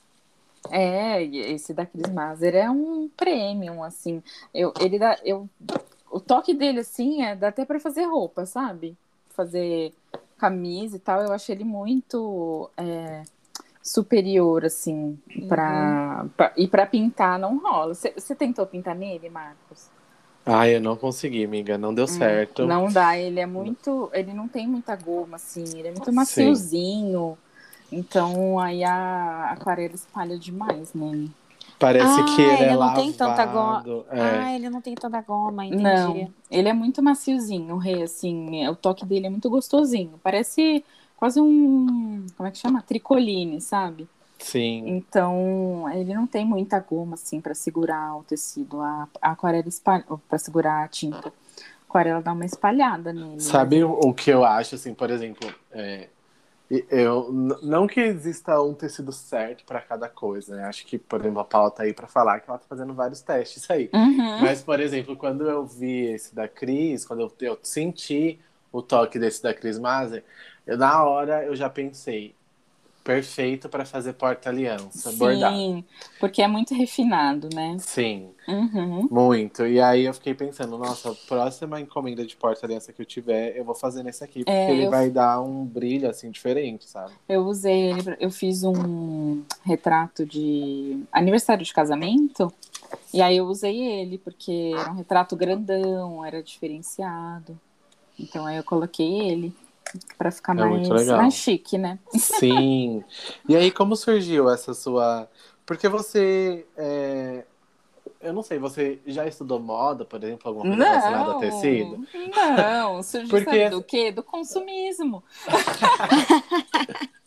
É, e esse da Cris Maser é um premium, assim. Eu, ele dá, eu, o toque dele, assim, é, dá até para fazer roupa, sabe? Fazer camisa e tal. Eu achei ele muito é, superior, assim, pra, Uhum. pra, e para pintar não rola. Você tentou pintar nele, Marcos? Ai, eu não consegui, amiga, não deu Hum, certo. não dá, ele é muito. Ele não tem muita goma, assim, ele é muito Sim. maciozinho. Então aí a aquarela espalha demais, né? Parece que Ah, ele é ele não tem tanta goma. lavado. É. Ah, ele não tem tanta goma, entendi. Não, ele é muito maciozinho, o rei, assim, é- o toque dele é muito gostosinho. Parece quase um, como é que chama? Tricoline, sabe? Sim. Então, ele não tem muita goma, assim, pra segurar o tecido. A, a aquarela espalha, pra segurar a tinta. A aquarela dá uma espalhada nele. Sabe mas- o o que eu acho, assim, por exemplo, é, e- eu, n- não que exista um tecido certo para cada coisa, né? Acho que, por exemplo, a Paula tá aí para falar que ela tá fazendo vários testes aí. Uhum. Mas, por exemplo, quando eu vi esse da Cris, quando eu, eu senti o toque desse da Cris Maser, eu, na hora eu já pensei, perfeito para fazer porta-aliança, bordado. Sim, porque é muito refinado, né? Sim, Uhum. muito. E aí eu fiquei pensando, nossa, a próxima encomenda de porta-aliança que eu tiver, eu vou fazer nesse aqui, porque É, ele eu- vai dar um brilho, assim, diferente, sabe? Eu usei ele, pra- eu fiz um retrato de aniversário de casamento, e aí eu usei ele, porque era um retrato grandão, era diferenciado. Então aí eu coloquei ele pra ficar É muito mais, legal. mais chique, né? Sim. E aí, como surgiu essa sua... Porque você... é, eu não sei, você já estudou moda, por exemplo, alguma coisa relacionada a tecido? Não, não, surgiu, Porque- sabe do quê? Do consumismo.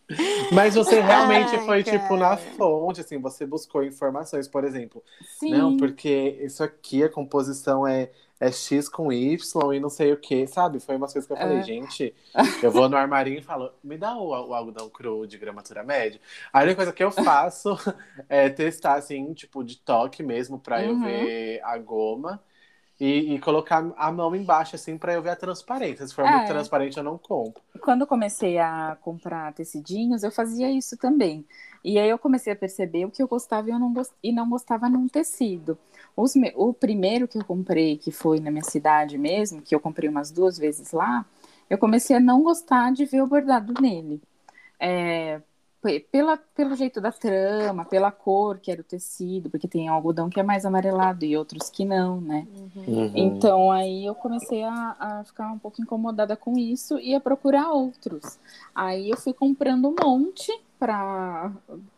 Mas você realmente Ai, foi, tipo, na cara. fonte, assim, você buscou informações, por exemplo. Sim. Não, porque isso aqui, a composição é, é X com Y e não sei o quê, sabe? Foi umas coisas que eu falei, É. gente, eu vou no armarinho e falo, me dá o, o algodão cru de gramatura média. A única coisa que eu faço é testar, assim, tipo, de toque mesmo, pra eu Uhum. ver a goma. E, e colocar a mão embaixo, assim, pra eu ver a transparência. Se for muito É. transparente, eu não compro. Quando eu comecei a comprar tecidinhos, eu fazia isso também. E aí eu comecei a perceber o que eu gostava e, eu não, gos- e não gostava num tecido. Os me- o primeiro que eu comprei, que foi na minha cidade mesmo, que eu comprei umas duas vezes lá, eu comecei a não gostar de ver o bordado nele. É, pe- pela, pelo jeito da trama, pela cor que era o tecido, porque tem algodão que é mais amarelado e outros que não, né? Uhum. Então aí eu comecei a, a ficar um pouco incomodada com isso e a procurar outros. Aí eu fui comprando um monte para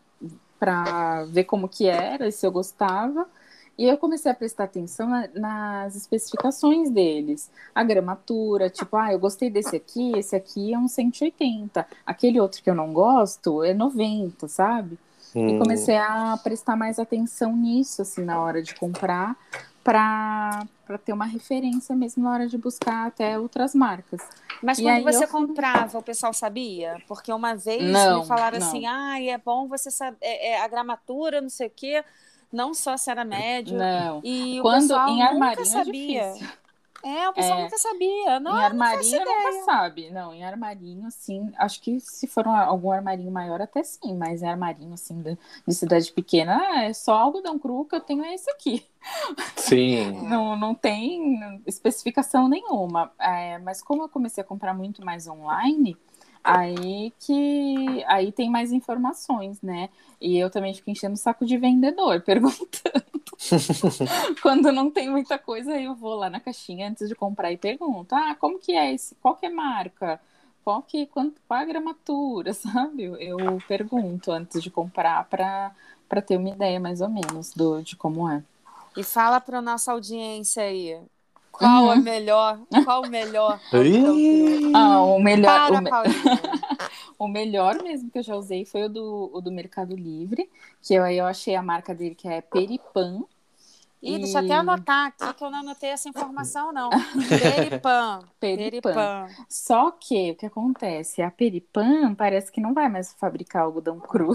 para ver como que era e se eu gostava. E eu comecei a prestar atenção na- nas especificações deles. A gramatura, tipo, ah, eu gostei desse aqui, esse aqui é um cento e oitenta. Aquele outro que eu não gosto é noventa, sabe? E Hum. comecei a prestar mais atenção nisso, assim, na hora de comprar, para para ter uma referência mesmo na hora de buscar até outras marcas. Mas E quando aí você eu- comprava, o pessoal sabia? Porque uma vez Não, me falaram não. assim, ah, é bom você saber é, é, a gramatura, não sei o quê, não só se era médio. Não. E o Quando pessoal em nunca armarinho é sabia. difícil. É, o pessoal É, nunca sabia. Não, em eu não faço armarinho nunca ideia. sabe. Não, em armarinho, sim. Acho que se for um- algum armarinho maior, até sim. Mas em armarinho, assim, de, de cidade pequena, ah, é só algodão cru que eu tenho é esse aqui. Sim. Não, não tem especificação nenhuma. É, mas como eu comecei a comprar muito mais online, aí que aí tem mais informações, né? E eu também fico enchendo o saco de vendedor, perguntando. Quando não tem muita coisa, eu vou lá na caixinha antes de comprar e pergunto: ah, como que é esse? Qual que é a marca? Qual que, quanto, qual é a gramatura, sabe? Eu pergunto antes de comprar para para ter uma ideia mais ou menos do, de como é. E fala para nossa audiência aí. Qual Uhum. é melhor? Qual o melhor algodão cru? Ah, o melhor, o, Para, me- Paulinha. o melhor mesmo que eu já usei foi o do, o do Mercado Livre, que eu, aí eu achei a marca dele que é Peripan. Ih, E deixa eu até anotar aqui que eu não anotei essa informação, não. Peripan. Peripan. Peripan. Só que o que acontece? A Peripan parece que não vai mais fabricar algodão cru.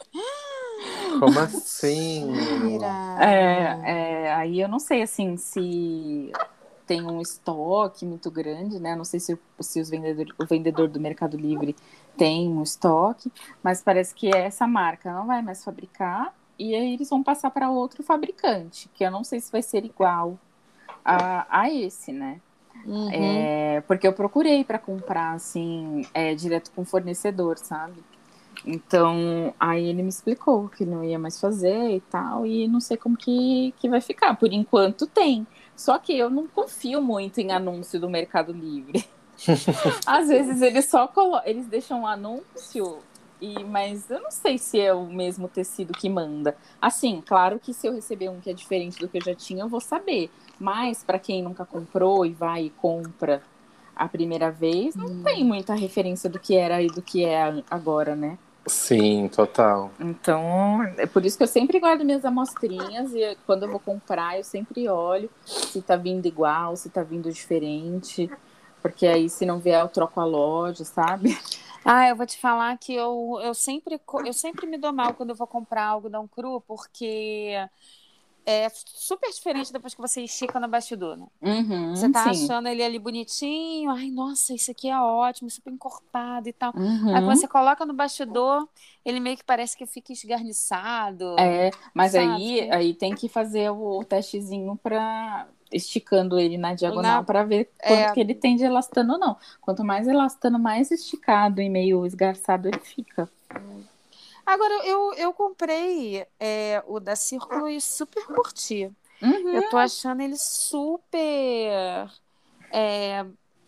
Como assim? Mentira. É, é, aí eu não sei assim se tem um estoque muito grande, né? Não sei se, o- se os vendedor, o vendedor do Mercado Livre tem um estoque, mas parece que essa marca não vai mais fabricar e aí eles vão passar para outro fabricante, que eu não sei se vai ser igual a, a esse, né? Uhum. É, porque eu procurei para comprar assim, é, direto com o fornecedor, sabe? Então, aí ele me explicou que não ia mais fazer e tal, e não sei como que, que vai ficar. Por enquanto tem. Só que eu não confio muito em anúncio do Mercado Livre. Às vezes eles só colo... eles deixam um anúncio, e... mas eu não sei se é o mesmo tecido que manda. Assim, claro que se eu receber um que é diferente do que eu já tinha, eu vou saber. Mas para quem nunca comprou e vai e compra a primeira vez, não tem muita referência do que era e do que é agora, né? Sim, total. Então, é por isso que eu sempre guardo minhas amostrinhas e quando eu vou comprar, eu sempre olho se tá vindo igual, se tá vindo diferente, porque aí se não vier eu troco a loja, sabe? Ah, eu vou te falar que eu, eu, sempre, co- eu sempre me dou mal quando eu vou comprar algodão cru, porque é super diferente depois que você estica no bastidor, né? Uhum, Você tá sim. achando ele ali bonitinho, ai, nossa, isso aqui é ótimo, super encorpado e tal. Aí Uhum. quando você coloca no bastidor, ele meio que parece que fica esgarniçado. É, mas sabe? aí, aí tem que fazer o, o testezinho para esticando ele na diagonal Na- para ver é, quanto que ele tem de elastano ou não. Quanto mais elastano, mais esticado e meio esgarçado ele fica. Agora, eu, eu comprei é, o da Círculo e super curti. Uhum. Eu tô achando ele super é,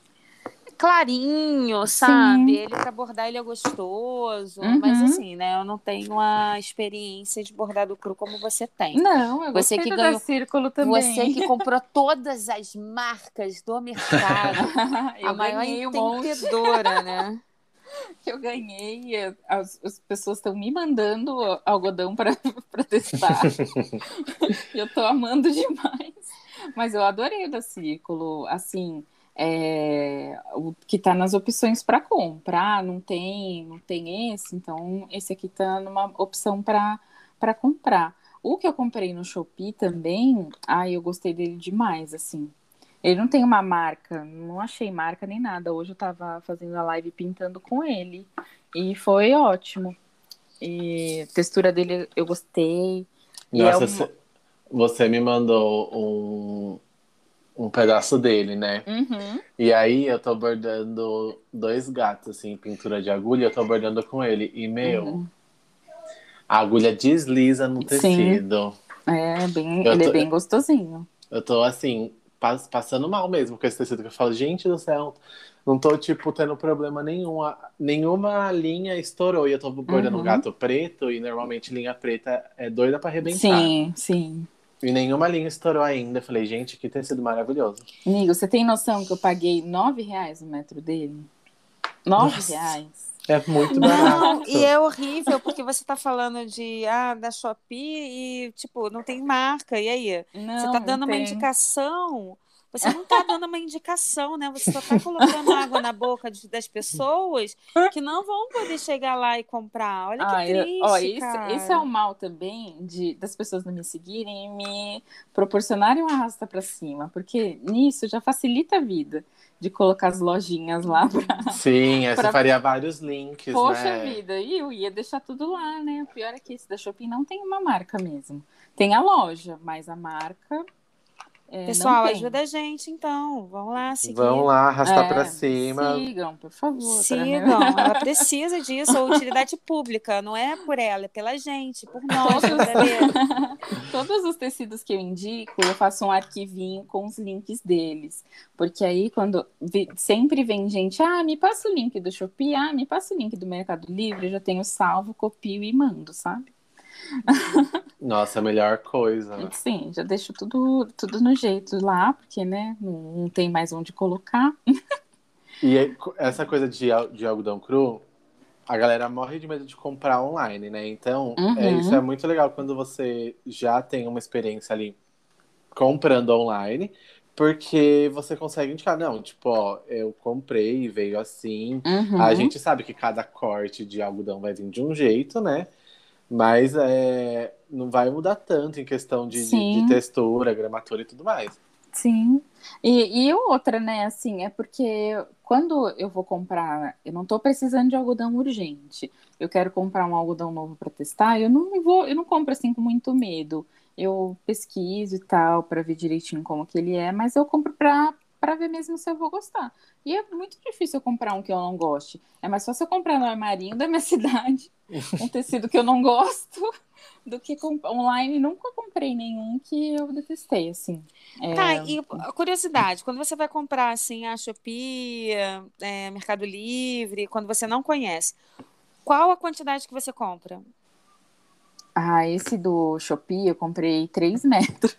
clarinho, sabe? Sim. Ele para bordar ele é gostoso, Uhum. mas assim, né? Eu não tenho a experiência de bordado cru como você tem. Não, eu Você gostei que do ganhou, da Círculo também. você que comprou todas as marcas do mercado, Eu a maior ganhei um monte. entendedora, né? que eu ganhei. As, as pessoas estão me mandando algodão para testar. Eu tô amando demais. Mas eu adorei o da Círculo. Assim, é, o que tá nas opções para comprar. Não tem, não tem esse. Então, esse aqui tá numa opção para para comprar. O que eu comprei no Shopee também, ai, eu gostei dele demais, assim. Ele não tem uma marca, não achei marca nem nada. Hoje eu tava fazendo a live pintando com ele e foi ótimo. E a textura dele eu gostei. E é Nossa, um... cê- você me mandou um, um pedaço dele, né? Uhum. E aí eu tô bordando dois gatos, assim, pintura de agulha, eu tô bordando com ele. E, meu, Uhum. a agulha desliza no Sim, tecido. é bem, Eu ele é tô, bem gostosinho. eu tô assim, pas- passando mal mesmo com esse tecido, que eu falo, gente do céu, não tô, tipo, tendo problema nenhum. A- Nenhuma linha estourou. E eu tô bordando um Uhum. gato preto, e normalmente linha preta é doida pra arrebentar. Sim, sim. E nenhuma linha estourou ainda. Eu falei, gente, que tecido maravilhoso. Amigo, você tem noção que eu paguei nove reais o metro dele? Nove Nossa, reais? é muito Não, e barato. é horrível, porque você tá falando de, ah, da Shopee e, tipo, não tem marca. E aí? Você tá Não, não dando uma tem. indicação. Você não tá dando uma indicação, né? Você só tá colocando água na boca de- das pessoas que não vão poder chegar lá e comprar. Olha que Ah, eu- ó, triste, esse, esse é o cara. mal também de, das pessoas não me seguirem e me proporcionarem um arrasta pra cima, porque nisso já facilita a vida de colocar as lojinhas lá pra, Sim, aí você pra- faria vários links, Poxa né? vida, e eu ia deixar tudo lá, né? O pior é que esse da Shopee não tem uma marca mesmo. Tem a loja, mas a marca é, não Pessoal, tem. ajuda a gente, então. Vamos lá Vão seguir. lá, arrastar pra É, cima. sigam, por favor, para mim. Sigam, ela precisa disso, a utilidade pública, não é por ela, é pela gente, por nós, Todos, brasileiros. todos os tecidos que eu indico, eu faço um arquivinho com os links deles. Porque aí, quando vi- sempre vem gente, ah, me passa o link do Shopee, ah, me passa o link do Mercado Livre, eu já tenho salvo, copio e mando, sabe? Nossa, a melhor coisa. Sim, já deixo tudo, tudo no jeito lá, porque, né, não, não tem mais onde colocar. E aí, co- essa coisa de, al- de algodão cru, a galera morre de medo de comprar online, né? Então, é, isso é Uhum, muito legal quando você já tem uma experiência ali comprando online, porque você consegue indicar, não, tipo, ó, eu comprei e veio assim. A uhum, gente sabe que cada corte de algodão vai vir de um jeito, né? Mas é, não vai mudar tanto em questão de, de, de sim. textura, gramatura e tudo mais. Sim. E, e outra, né, assim, é porque quando eu vou comprar, eu não tô precisando de algodão urgente. Eu quero comprar um algodão novo para testar, eu não vou, eu não compro assim com muito medo. Eu pesquiso e tal para ver direitinho como que ele é, mas eu compro para para ver mesmo se eu vou gostar. E é muito difícil eu comprar um que eu não goste. É mais fácil eu comprar no armarinho da minha cidade um tecido que eu não gosto do que comp- online. Nunca comprei nenhum que eu detestei, assim. Tá, É, e a curiosidade, quando você vai comprar assim a Shopee, é, Mercado Livre, quando você não conhece, qual a quantidade que você compra? ah, esse do Shopee eu comprei três metros.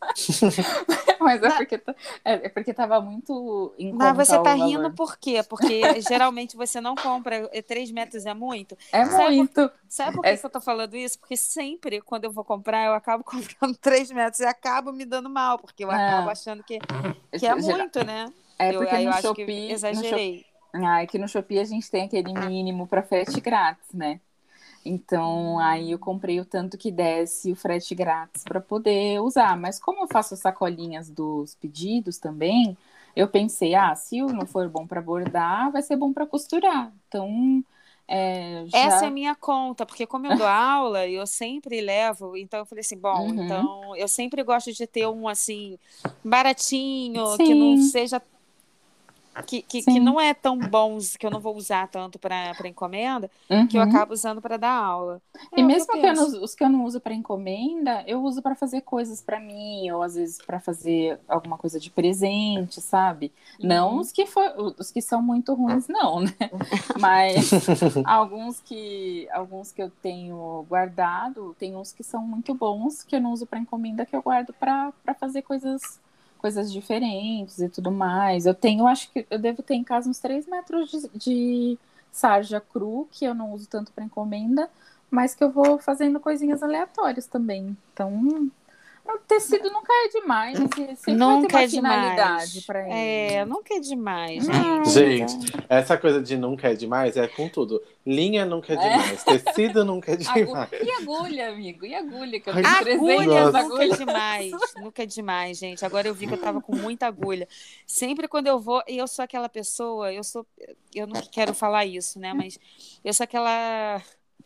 Mas é Na- porque, tá- é é porque tava muito em Mas você conta tá o rindo valor. por quê? Porque geralmente você não compra, e três metros é muito. É Sabe por, muito. sabe por que É, que eu tô falando isso? Porque sempre, quando eu vou comprar, eu acabo comprando três metros e acabo me dando mal, porque eu acabo não, achando que, que é geral- muito, né? é Eu, porque aí eu no acho que Shopee, no Shopee, exagerei. ah, é que no Shopee a gente tem aquele mínimo para frete grátis, né? Então, aí eu comprei o tanto que desce o frete grátis para poder usar. Mas como eu faço as sacolinhas dos pedidos também, eu pensei, ah, se o não for bom para bordar, vai ser bom para costurar. Então, é, Essa é a já. minha conta, porque como eu dou aula, eu sempre levo, então eu falei assim, bom, Uhum. então eu sempre gosto de ter um assim baratinho, que não Sim, seja que, que, que sim. não é tão bons, que eu não vou usar tanto para para encomenda, que eu Uhum. acabo usando para dar aula. E É o que eu mesmo que eu não, penso. os que eu não uso para encomenda, eu uso para fazer coisas para mim, ou às vezes para fazer alguma coisa de presente, sabe? Não Uhum. os que for, os que são muito ruins, não, né? Mas alguns que alguns que eu tenho guardado, tem uns que são muito bons que eu não uso para encomenda, que eu guardo para para fazer coisas coisas diferentes e tudo mais. Eu tenho, acho que eu devo ter em casa uns três metros de, de sarja cru, que eu não uso tanto para encomenda, mas que eu vou fazendo coisinhas aleatórias também. Então, o tecido nunca é demais, sempre Nunca vai é ter uma finalidade demais. para ele. É, nunca é demais, Não. gente. Gente, essa coisa de nunca é demais é com tudo. Linha nunca é É. demais, tecido nunca é Agu- demais. E agulha, amigo? E agulha? Que eu Ai, tenho Agulha trezentas Nossa. nunca é agulhas. demais, nunca é demais, gente. Agora eu vi que eu tava com muita agulha. Sempre quando eu vou, e eu sou aquela pessoa, eu sou, eu não quero falar isso, né? Mas eu sou aquela,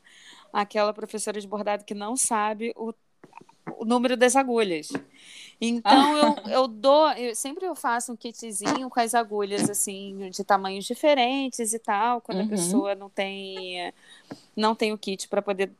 aquela professora de bordado que não sabe o, o número das agulhas. Então eu, eu dou, eu, sempre eu faço um kitzinho com as agulhas assim de tamanhos diferentes e tal, quando Uhum. a pessoa não tem, não tem o kit para poder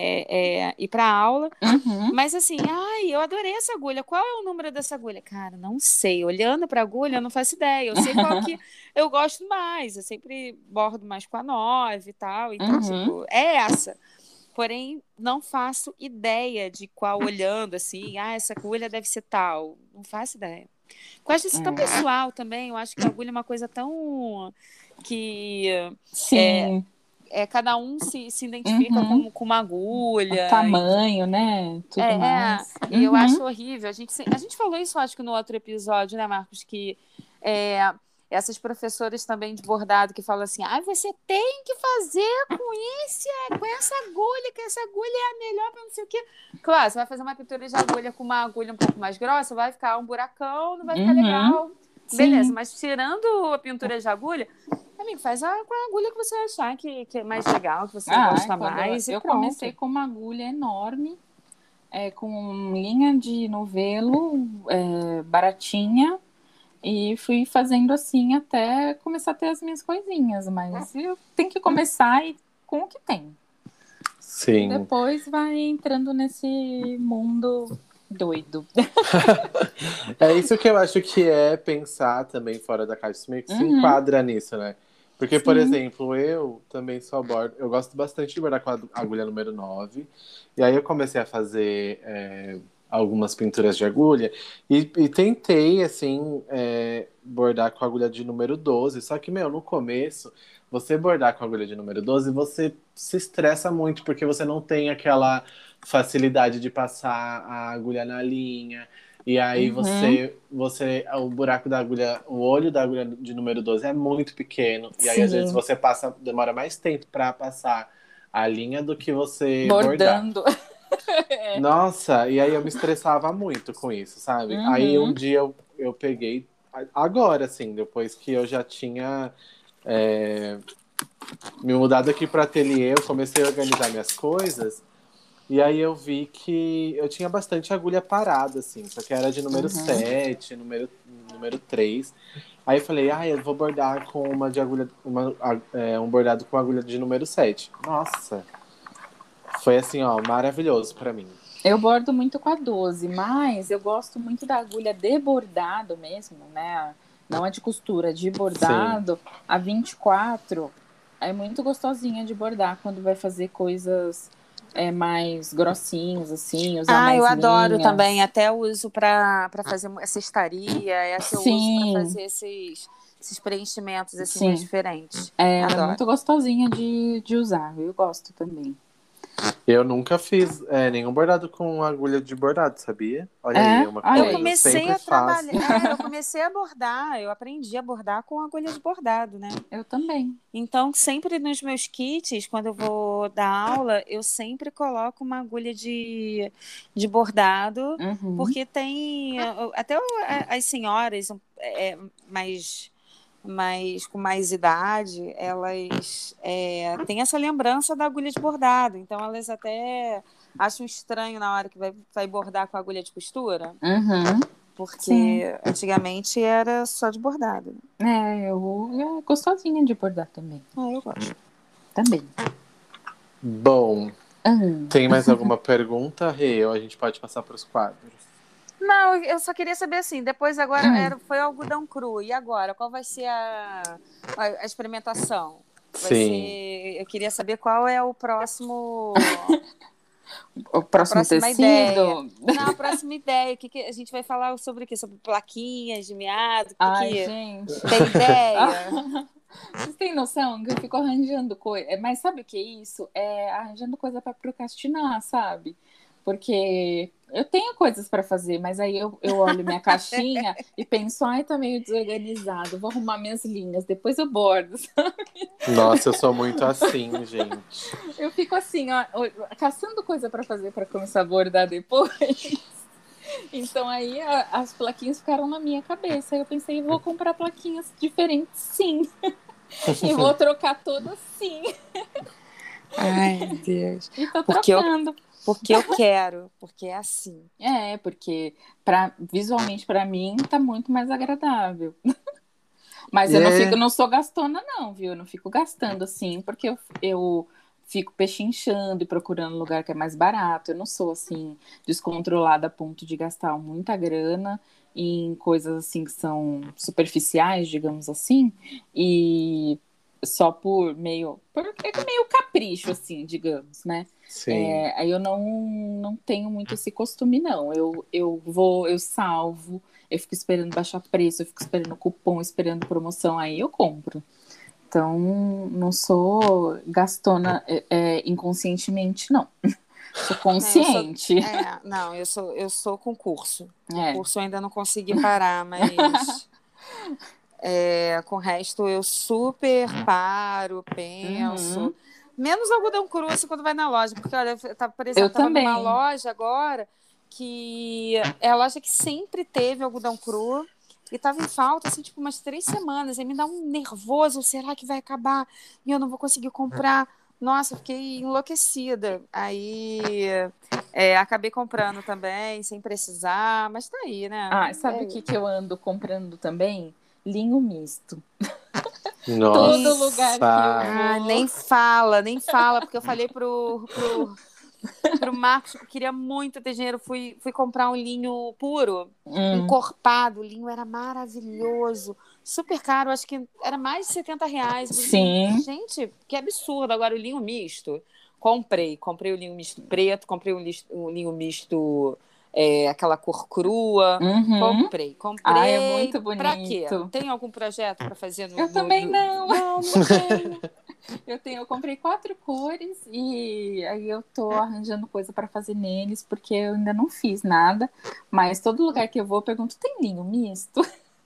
é, é, ir para aula. Uhum. Mas assim, ai, eu adorei essa agulha. Qual é o número dessa agulha? Cara, não sei. Olhando para a agulha, eu não faço ideia. Eu sei qual que eu gosto mais. Eu sempre bordo mais com a nove e tal. Então, Uhum. tipo, é essa. Porém, não faço ideia de qual olhando, assim. Ah, essa agulha deve ser tal. Não faço ideia. Eu acho isso tão É. pessoal também. Eu acho que a agulha é uma coisa tão... que... Sim. É, cada um se, se identifica Uhum. com, com uma agulha. O tamanho, né? Tudo É, mais. é, e eu Uhum. acho horrível. A gente, se- a gente falou isso, acho que no outro episódio, né, Marcos? Que é, essas professoras também de bordado que falam assim: ah, você tem que fazer com isso, com essa agulha, que essa agulha é a melhor para não sei o quê. Claro, você vai fazer uma pintura de agulha com uma agulha um pouco mais grossa, vai ficar um buracão, não vai ficar Uhum. legal. Sim. Beleza, mas tirando a pintura de agulha, amigo, faz a, com a agulha que você achar que, que é mais legal, que você Ah, gosta quando mais eu e pronto. comecei com uma agulha enorme, é, com linha de novelo, é, baratinha, e fui fazendo assim até começar a ter as minhas coisinhas, mas eu tenho que começar e- com o que tem. Sim. Depois vai entrando nesse mundo doido. É isso que eu acho que é pensar também fora da caixa. Isso meio que se Uhum. enquadra nisso, né? Porque, por Sim. exemplo, eu também só bordo. Eu gosto bastante de bordar com a agulha número nove. E aí eu comecei a fazer é, algumas pinturas de agulha. E, e tentei, assim, é, bordar com a agulha de número doze. Só que, meu, no começo, você bordar com a agulha de número doze, você se estressa muito, porque você não tem aquela facilidade de passar a agulha na linha. E aí Uhum. você, você, o buraco da agulha, o olho da agulha de número doze é muito pequeno. E aí, às vezes, Sim. você passa, demora mais tempo para passar a linha do que você bordar. Bordando. É. Nossa, e aí eu me estressava muito com isso, sabe? Aí um Uhum. dia eu, eu peguei, agora, assim, depois que eu já tinha é, me mudado aqui para ateliê, eu comecei a organizar minhas coisas. E aí eu vi que eu tinha bastante agulha parada, assim, só que era de número Uhum. sete, número, número três. Aí eu falei, ah, eu vou bordar com uma de agulha, uma, é, um bordado com agulha de número sete. Nossa, foi assim, ó, maravilhoso pra mim. Eu bordo muito com a doze, mas eu gosto muito da agulha de bordado mesmo, né? Não é de costura, de bordado. Sim. A vinte e quatro é muito gostosinha de bordar quando vai fazer coisas é, mais grossinhas, assim, usar ah, mais eu linhas. adoro também. Até uso para fazer cestaria, essa eu Sim. uso para fazer esses, esses preenchimentos assim, Sim. mais diferentes. É, ela adoro. é muito gostosinha de, de usar, eu gosto também. Eu nunca fiz é, nenhum bordado com agulha de bordado, sabia? Olha é? aí, é uma Olha coisa eu comecei eu sempre a faço. trabalhar, é, eu comecei a bordar, eu aprendi a bordar com agulha de bordado, né? Eu também. Então, sempre nos meus kits, quando eu vou dar aula, eu sempre coloco uma agulha de, de bordado, Uhum. porque tem até as senhoras é, mais... mas com mais idade, elas é, têm essa lembrança da agulha de bordado. Então, elas até acham estranho na hora que vai, vai bordar com a agulha de costura. Uhum. Porque Sim. antigamente era só de bordado. É, eu, eu é gostosinha de bordar também. Ah, eu gosto. Também. Bom, uhum. Tem mais alguma pergunta, Rê? Ou a gente pode passar para os quadros? Não, eu só queria saber assim, depois agora Hum. era, foi algodão cru, e agora? Qual vai ser a, a, a experimentação? Vai Sim. ser, eu queria saber qual é o próximo... O próximo a próxima tecido? Ideia. Não, a próxima ideia. O que, que a gente vai falar sobre o quê? Sobre plaquinhas de meado? Ai, que... gente. Tem ideia? Vocês têm noção que eu fico arranjando coisa. Mas sabe o que é isso? É arranjando coisa pra procrastinar, sabe? Porque eu tenho coisas pra fazer, mas aí eu, eu olho minha caixinha e penso, ai, tá meio desorganizado, vou arrumar minhas linhas, depois eu bordo, sabe? Nossa, eu sou muito assim, gente. Eu fico assim, ó, caçando coisa pra fazer pra começar a bordar depois. Então aí a, as plaquinhas ficaram na minha cabeça. Aí eu pensei, vou comprar plaquinhas diferentes, sim. E vou trocar todas, sim. Ai, meu Deus. E tô Porque eu, trocando. porque eu quero, porque é assim. É, porque pra, visualmente pra mim tá muito mais agradável. Mas eu não É. fico, não sou gastona, não, viu? Eu não fico gastando assim, porque eu, eu fico pechinchando e procurando lugar que é mais barato. Eu não sou assim, descontrolada a ponto de gastar muita grana em coisas assim que são superficiais, digamos assim, e só por meio, por, é meio capricho, assim, digamos, né? Sim. É, aí eu não, não tenho muito esse costume, não. Eu, eu vou, eu salvo, eu fico esperando baixar preço, eu fico esperando cupom, esperando promoção, aí eu compro. Então, não sou gastona é, é, inconscientemente, não. Sou consciente. É, eu sou, é, não, eu sou, eu sou concurso. É. Concurso eu ainda não consegui parar, mas é, com o resto eu super paro, penso. Uhum. Menos algodão cru assim, quando vai na loja, porque olha, eu tava, por exemplo, Eu tava também. numa loja agora que é a loja que sempre teve algodão cru e tava em falta, assim, tipo, umas três semanas. E me dá um nervoso, será que vai acabar? E eu não vou conseguir comprar. Nossa, eu fiquei enlouquecida. Aí é, acabei comprando também, sem precisar, mas tá aí, né? Ah, sabe É. o que, que eu ando comprando também? Linho misto. Nossa. Todo lugar que eu Ah, vou. nem fala, nem fala, porque eu falei pro, pro, pro Marcos que eu queria muito ter dinheiro. Fui, fui comprar um linho puro, Hum. encorpado. O linho era maravilhoso, super caro, acho que era mais de setenta reais. Sim. Gente, que absurdo. Agora, o linho misto, comprei. Comprei o linho misto preto, comprei o, lis- o linho misto, é, aquela cor crua. Uhum. Comprei, comprei. Ah, é muito Pra quê? bonito. Tem algum projeto para fazer no. Eu no- também no- não. Não, não tenho. Eu tenho, eu comprei quatro cores e aí eu tô arranjando coisa pra fazer neles, porque eu ainda não fiz nada. Mas todo lugar que eu vou, eu pergunto, tem linho misto?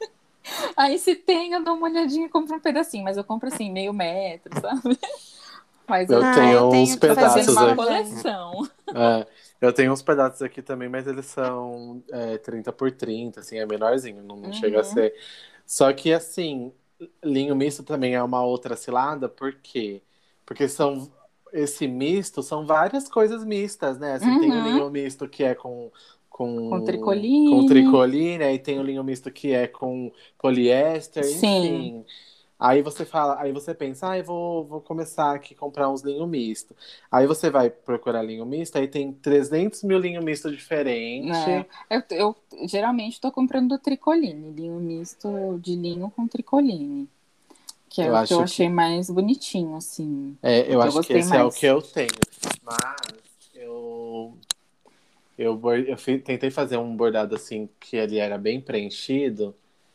Aí se tem, eu dou uma olhadinha e compro um pedacinho, mas eu compro assim, meio metro, sabe? Mas Eu eu Ah, tenho eu tenho uns que tô fazer fazendo pedaços isso uma aqui. também. coleção. É, eu tenho uns pedaços aqui também, mas eles são é, trinta por trinta, assim, é menorzinho, não, não chega a Uhum. ser. Só que, assim, linho misto também é uma outra cilada, por quê? Porque são, esse misto são várias coisas mistas, né? Assim, tem o Uhum. linho misto que é com, Com com, tricoline. com tricoline, aí tem o linho misto que é com poliéster, Sim. enfim. Aí você fala, aí você pensa, ah, eu vou, vou começar aqui a comprar uns linho misto. Aí você vai procurar linho misto, aí tem trezentos mil linho misto diferente. É, eu, eu geralmente tô comprando tricoline, linho misto de linho com tricoline. Que é Eu o que eu acho achei que, mais bonitinho, assim. é, O eu que eu acho que gostei esse é o mais. que eu tenho. Mas eu, eu, bor- eu fi- tentei fazer um bordado assim que ele era bem preenchido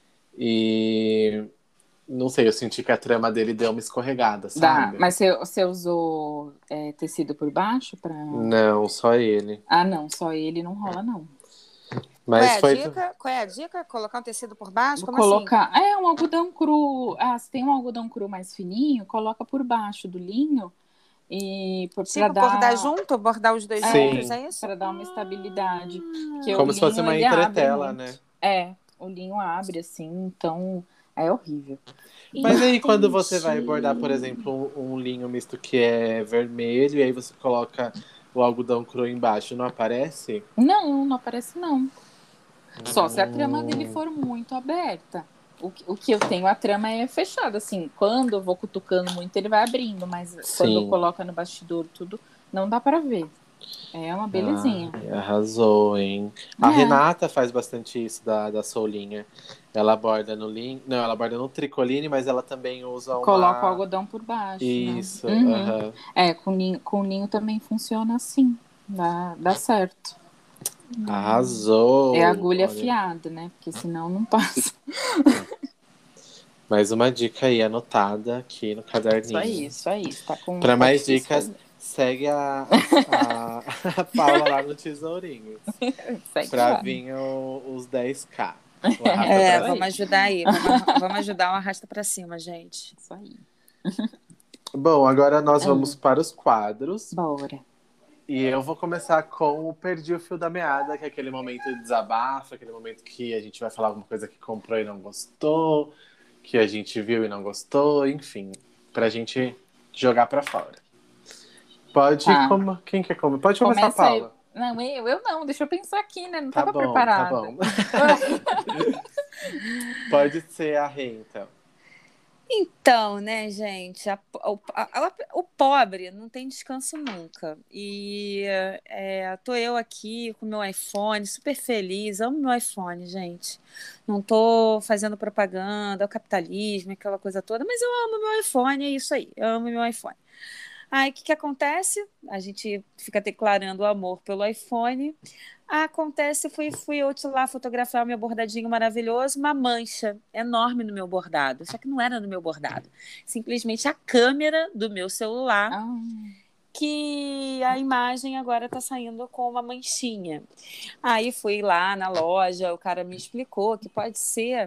e não sei, eu senti que a trama dele deu uma escorregada, Dá, sabe? mas você, você usou é, tecido por baixo pra. Não, só ele. Ah, não, só ele não rola, não. Qual é Mas a foi. dica? Qual é a dica? Colocar um tecido por baixo? Vou Como assim? colocar. É um algodão cru. Ah, se tem um algodão cru mais fininho, coloca por baixo do linho e por- pra Tipo, bordar dar. junto? Bordar os dois juntos, Sim, é isso? Para dar uma estabilidade. Porque o como se fosse linho, uma ele abre entretela, né? muito. É, o linho abre assim, então é horrível. Mas aí, quando você vai Entendi. bordar, por exemplo, um, um linho misto que é vermelho, e aí você coloca o algodão cru embaixo, não aparece? Não, não aparece não. Só se a trama dele Hum, for muito aberta. O que, o que eu tenho, a trama é fechada, assim. Quando eu vou cutucando muito, ele vai abrindo, mas quando sim. coloca no bastidor tudo, não dá pra ver. É uma belezinha. Ai, arrasou, hein? A É. Renata faz bastante isso da, da solinha. Ela borda no linho. Não, ela borda no tricoline, mas ela também usa Coloca o uma. algodão por baixo, Isso, né? Uhum. aham. É, com linho, com linho também funciona assim. Dá, dá certo. Arrasou! É agulha Olha. afiada, né? Porque senão não passa. Mais uma dica aí anotada aqui no Isso caderninho. aí, isso aí. Tá com Para mais pode dicas, fazer. segue a, a, a Paula lá no Tesourinhos. Segue Pra lá. vir o- os dez k. O arrasta É, pra vamos cima. ajudar aí. Vamos, vamos ajudar o arrasta pra cima, gente. Isso aí. Bom, agora nós Ah. vamos para os quadros. Bora. E eu vou começar com o Perdi o Fio da Meada, que é aquele momento de desabafo, aquele momento que a gente vai falar alguma coisa que comprou e não gostou, que a gente viu e não gostou, enfim, pra gente jogar pra fora. Pode, Tá. como, quem quer comer? Pode começar, Começa aí. Paula. Não, eu, eu não. Deixa eu pensar aqui, né? Não Tá tava bom, preparada. tá bom. Pode ser a Rê, então. Então, né, gente, a- o, a- a- o pobre não tem descanso nunca. E é, tô eu aqui com meu iPhone, super feliz. Amo meu iPhone, gente. Não tô fazendo propaganda, é o capitalismo, aquela coisa toda, mas eu amo meu iPhone, é isso aí. Eu amo meu iPhone. Aí, o que que acontece? A gente fica declarando o amor pelo iPhone. Acontece, fui, fui eu lá fotografar o meu bordadinho maravilhoso, uma mancha enorme no meu bordado. Só que não era no meu bordado. Simplesmente a câmera do meu celular, Ah, que a imagem agora está saindo com uma manchinha. Aí fui lá na loja, o cara me explicou que pode ser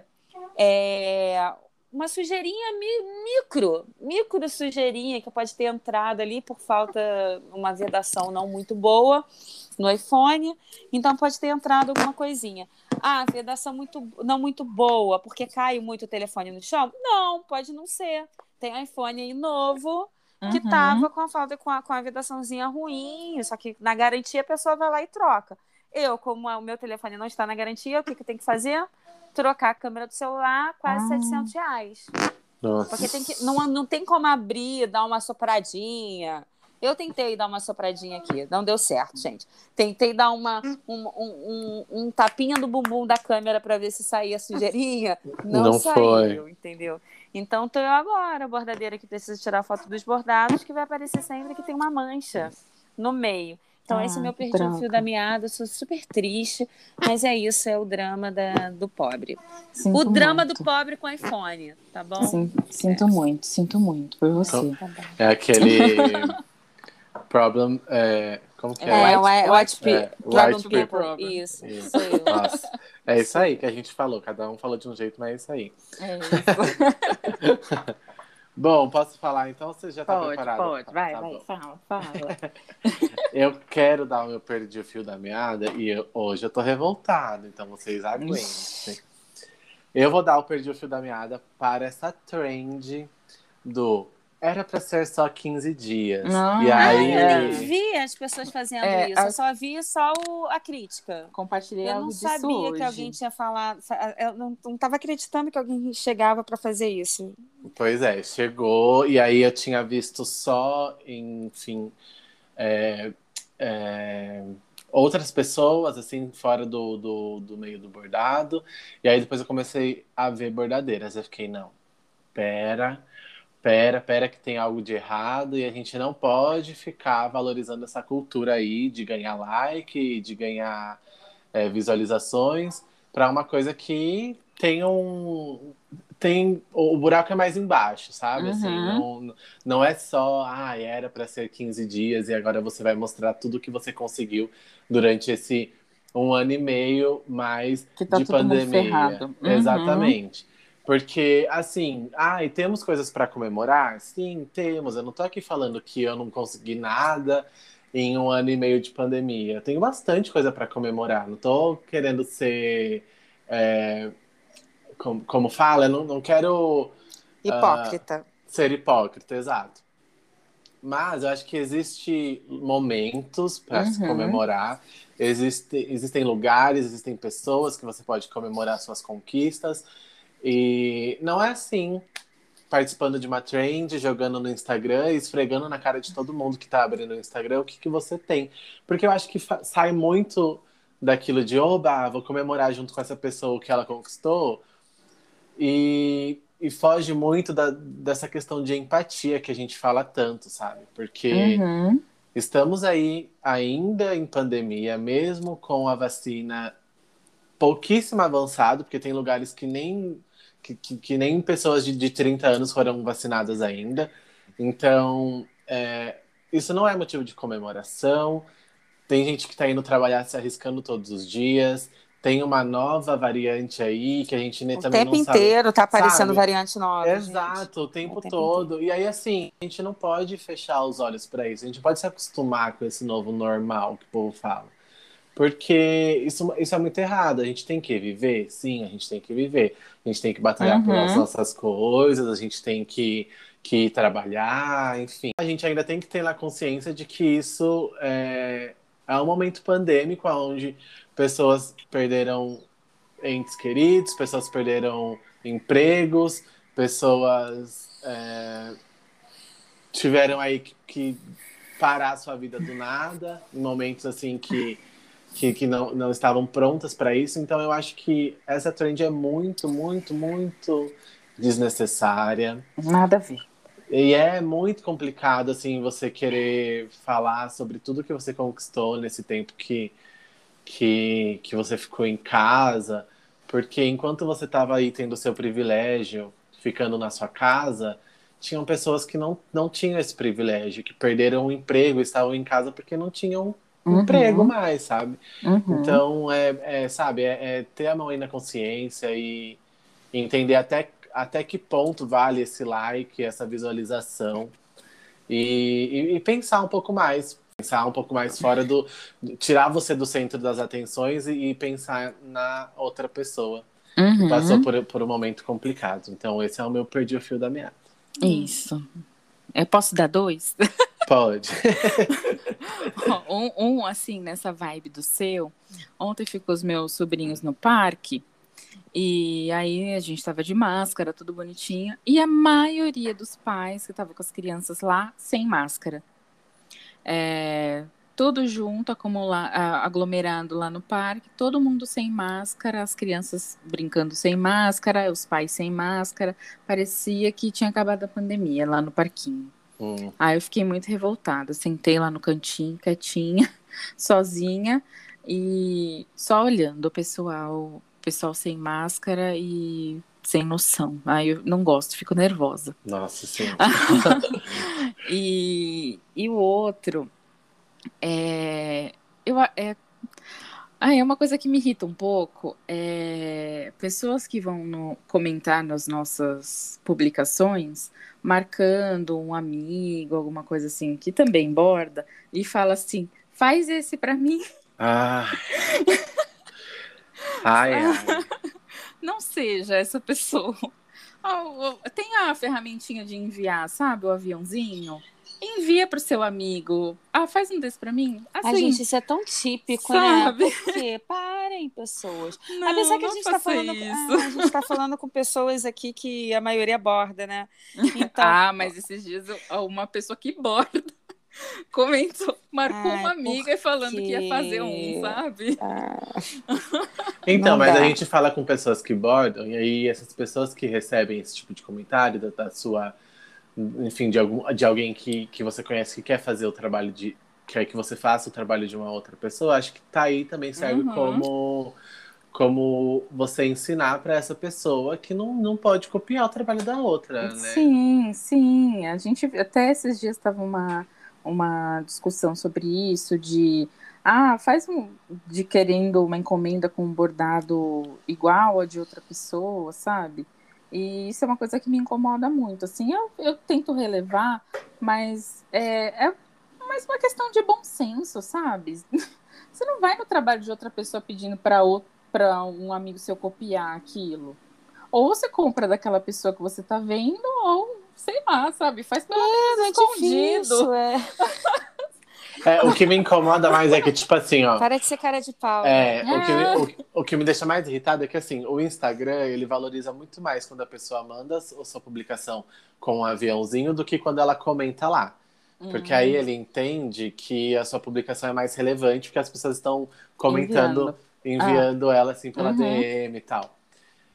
é, uma sujeirinha mi- micro, micro sujeirinha que pode ter entrado ali por falta, uma vedação não muito boa no iPhone, então pode ter entrado alguma coisinha. Ah, vedação muito, não muito boa, porque cai muito o telefone no chão? Não, pode não ser. Tem iPhone aí novo que uhum. tava com a falta com a, com a vedaçãozinha ruim, só que na garantia a pessoa vai lá e troca. Eu, como o meu telefone não está na garantia, o que, que eu tenho que fazer? Trocar a câmera do celular, quase Ah. setecentos reais. Nossa. Porque tem que, não, não tem como abrir, dar uma sopradinha. Eu tentei dar uma sopradinha aqui, não deu certo, gente. Tentei dar uma, um, um, um, um tapinha no bumbum da câmera para ver se saía a sujeirinha. Não, Não saiu, foi. entendeu? Então, tô eu agora, a bordadeira que precisa tirar foto dos bordados, que vai aparecer sempre que tem uma mancha no meio. Então, esse é o meu Ah, que perdi o fio droga. da meada, eu sou super triste, mas é isso, é o drama da, do pobre. Sinto o drama muito. do pobre com iPhone, tá bom? Sim, sinto muito, sinto muito por você. Tá bom. É aquele problem. É, como que é? É, o White- White, Pe- é, Problem White People. Problem. Isso, Isso. sou eu. Nossa, é isso Sou aí eu. que a gente falou. Cada um falou de um jeito, mas é isso aí. É isso. Bom, posso falar então? Você já tá Pode, preparada? pode. Vai, Tá vai, bom. fala, fala. Eu quero dar o meu perdi o fio da meada e eu- hoje eu tô revoltado, então vocês aguentem. Eu vou dar o perdi o fio da meada para essa trend do era pra ser só quinze dias. Não, e aí. Eu nem vi as pessoas fazendo É, isso, eu as- só vi só o- a crítica. Compartilhei Eu algo não disso sabia hoje. que alguém tinha falado, eu não, não tava acreditando que alguém chegava para fazer isso. Pois é, chegou, e aí eu tinha visto só, enfim, é, é, outras pessoas, assim, fora do, do, do meio do bordado, e aí depois eu comecei a ver bordadeiras, eu fiquei, não, pera, pera, pera que tem algo de errado, e a gente não pode ficar valorizando essa cultura aí de ganhar like, de ganhar é, visualizações, para uma coisa que tem um... Tem, o buraco é mais embaixo, sabe? Assim, Uhum. não, não é só, ah, era para ser quinze dias e agora você vai mostrar tudo que você conseguiu durante esse um ano e meio mais Que tá de todo mundo pandemia. ferrado. Uhum. Exatamente. Porque, assim, ai, temos coisas para comemorar? Sim, temos. Eu não tô aqui falando que eu não consegui nada em um ano e meio de pandemia. Eu tenho bastante coisa para comemorar. Não tô querendo ser... é, como, como fala, eu não, não quero Hipócrita. ser hipócrita, exato. Mas eu acho que existem momentos para se Uhum. comemorar, existe, existem lugares, existem pessoas que você pode comemorar suas conquistas, e não é assim, participando de uma trend, jogando no Instagram, e esfregando na cara de todo mundo que tá abrindo o Instagram o que, que você tem. Porque eu acho que fa- sai muito daquilo de, oba, vou comemorar junto com essa pessoa o que ela conquistou, e, e foge muito da, dessa questão de empatia que a gente fala tanto, sabe? Porque Uhum. estamos aí ainda em pandemia, mesmo com a vacina pouquíssimo avançado, porque tem lugares que nem que, que, que nem pessoas de, de trinta anos foram vacinadas ainda. Então, é, isso não é motivo de comemoração. Tem gente que está indo trabalhar se arriscando todos os dias. Tem uma nova variante aí que a gente nem, O também tempo não sabe. inteiro tá aparecendo Sabe? variante nova, gente. Exato, o tempo, O tempo todo. E aí, assim, a gente não pode fechar os olhos para isso. A gente pode se acostumar com esse novo normal que o povo fala. Porque isso, isso é muito errado. A gente tem que viver? Sim, a gente tem que viver. A gente tem que batalhar pelas Uhum. nossas coisas, a gente tem que, que trabalhar, enfim. A gente ainda tem que ter na consciência de que isso é, é um momento pandêmico onde pessoas perderam entes queridos, pessoas perderam empregos, pessoas é, tiveram aí que, que parar a sua vida do nada, em momentos assim que, que, que não, não estavam prontas para isso. Então eu acho que essa trend é muito, muito, muito desnecessária. Nada a ver. E é muito complicado, assim, você querer falar sobre tudo que você conquistou nesse tempo que, que, que você ficou em casa. Porque enquanto você estava aí tendo o seu privilégio, ficando na sua casa, tinham pessoas que não, não tinham esse privilégio, que perderam o emprego, estavam em casa porque não tinham Uhum. emprego mais, sabe? Uhum. Então, é, é, sabe, é, é ter a mão aí na consciência e entender até, até que ponto vale esse like, essa visualização. E, e, e pensar um pouco mais. Pensar um pouco mais fora do... Tirar você do centro das atenções e, e pensar na outra pessoa que Uhum. passou por, por um momento complicado. Então, esse é o meu perdi o fio da meada. Isso. Eu posso dar dois? Pode. um, um, assim, nessa vibe do seu. Ontem ficou os meus sobrinhos no parque. E aí a gente tava de máscara, tudo bonitinho. E a maioria dos pais que estavam com as crianças lá, sem máscara. É, tudo junto, acumula, aglomerando lá no parque. Todo mundo sem máscara, as crianças brincando sem máscara, os pais sem máscara. Parecia que tinha acabado a pandemia lá no parquinho. Hum. Aí eu fiquei muito revoltada. Sentei lá no cantinho, quietinha, sozinha. E só olhando o pessoal... pessoal sem máscara e sem noção. Aí eu não gosto, fico nervosa. Nossa, sim. e, e o outro é, eu, é, ah, é uma coisa que me irrita um pouco. É, pessoas que vão no, comentar nas nossas publicações, marcando um amigo, alguma coisa assim, que também borda, e fala assim, faz esse pra mim. Ah. Ai, ai. Não seja essa pessoa. Oh, oh, tem a ferramentinha de enviar, sabe? O aviãozinho. Envia pro seu amigo. Ah, faz um desse pra mim. Assim, Ai, gente, isso é tão típico, sabe? né? Por quê? Parem, pessoas. Não, Apesar que a não gente tá faça falando. isso. Ah, a gente tá falando com pessoas aqui que a maioria borda, né? Então. Ah, mas esses dias eu- uma pessoa que borda comentou, marcou Ai, uma amiga e falando que ia fazer um, sabe? Ah, Então, não mas dá. a gente fala com pessoas que bordam, e aí essas pessoas que recebem esse tipo de comentário da, da sua, enfim, de, algum, de alguém que, que você conhece que quer fazer o trabalho de, quer que você faça o trabalho de uma outra pessoa, acho que tá aí também serve Uhum. como, como você ensinar para essa pessoa que não, não pode copiar o trabalho da outra, né? Sim, sim. A gente até esses dias estava uma, uma discussão sobre isso, de ah, faz um de querendo uma encomenda com um bordado igual a de outra pessoa, sabe? E isso é uma coisa que me incomoda muito. Assim, eu, eu tento relevar, mas é, é mais uma questão de bom senso, sabe? Você não vai no trabalho de outra pessoa pedindo para para um amigo seu copiar aquilo. Ou você compra daquela pessoa que você tá vendo, ou sei lá, sabe? Faz pelo menos é escondido. difícil, é. É, o que me incomoda mais é que, tipo assim, ó. Para de ser cara de pau. É, né? o que, me, o, o que me deixa mais irritado é que, assim, o Instagram, ele valoriza muito mais quando a pessoa manda a sua publicação com um aviãozinho do que quando ela comenta lá. Porque Hum. aí ele entende que a sua publicação é mais relevante porque as pessoas estão comentando, Enviando. enviando ela, assim, pela Uhum. D M e tal.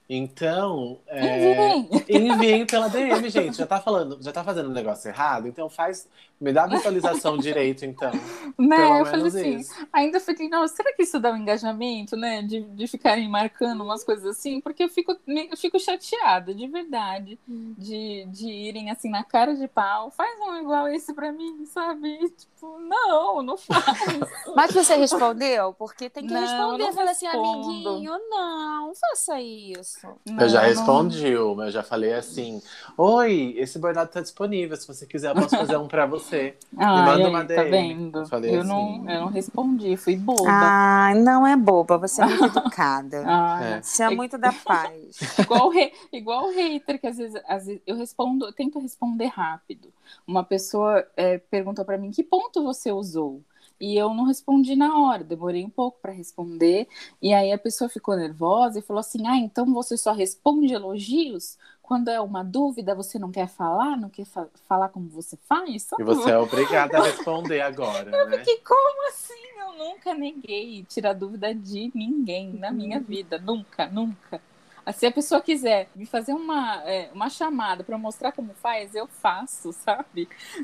Então, é, Enviem. enviem pela D M, gente. Já tá falando, já tá fazendo um negócio errado? Então faz, me dá a visualização direito, então. Né? Pelo Eu falei menos assim, isso. ainda fiquei, não, será que isso dá um engajamento, né? De, de ficarem marcando umas coisas assim, porque eu fico, me- eu fico chateada, de verdade, de, de irem assim na cara de pau, faz um igual esse pra mim, sabe? E, tipo, não, não faz. Mas você respondeu? Porque tem que Não, eu responder. não Fala assim, respondo. amiguinho, não, faça isso. Eu já Não, não. respondi, uma, eu já falei assim: Oi, esse bordado tá disponível. Se você quiser, eu posso fazer um pra você. Me Ai, manda uma aí, tá D M. Eu vendo? falei Eu não, assim. eu não respondi, fui boba. Ah, não é boba, você é muito educada. Ah, não. É. Você é É muito da paz. igual o re- igual o hater, que às vezes, às vezes eu respondo, eu tento responder rápido. Uma pessoa é, perguntou pra mim que ponto você usou? E eu não respondi na hora, demorei um pouco pra responder. E aí a pessoa ficou nervosa e falou assim: Ah, então você só responde elogios? Quando é uma dúvida, você não quer falar, não quer fa- falar como você faz? Só E você é obrigada a responder agora, né? que como assim? Eu nunca neguei tirar dúvida de ninguém na minha vida. Nunca, nunca. Se a pessoa quiser me fazer uma, é, uma chamada para mostrar como faz, eu faço, sabe?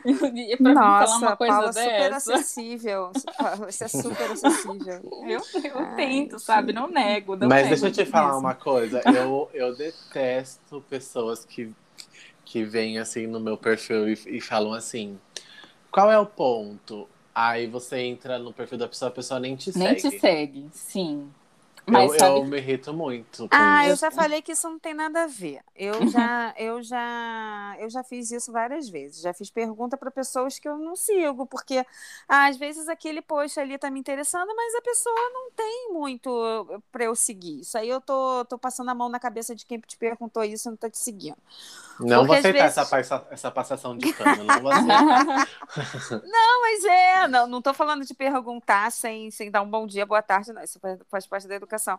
E para mim falar uma Nossa, coisa Paula, super dessa, acessível. Você é super acessível. eu, eu Ai, tento, sabe? Não nego, não Mas deixa nego eu te falar mesmo. uma coisa. Eu, eu detesto pessoas que, que vêm assim no meu perfil e, e falam assim: Qual é o ponto? Aí você entra no perfil da pessoa, a pessoa nem te Nem te segue. segue, sim. Eu, Mas eu sabe, me irrito muito com Ah, eu eu, isso. já falei que isso não tem nada a ver. Eu já, eu já, eu já fiz isso várias vezes. Já fiz pergunta para pessoas que eu não sigo, porque ah, às vezes aquele post ali tá me interessando, mas a pessoa não tem muito para eu seguir. Isso aí eu tô, tô passando a mão na cabeça de quem te perguntou isso e não tá te seguindo. Não Porque vou às aceitar essa, vezes passa- essa passação de pano, não vou aceitar. Mas é, não, não tô falando de perguntar sem, sem dar um bom dia, boa tarde, não. Isso faz, faz parte da educação.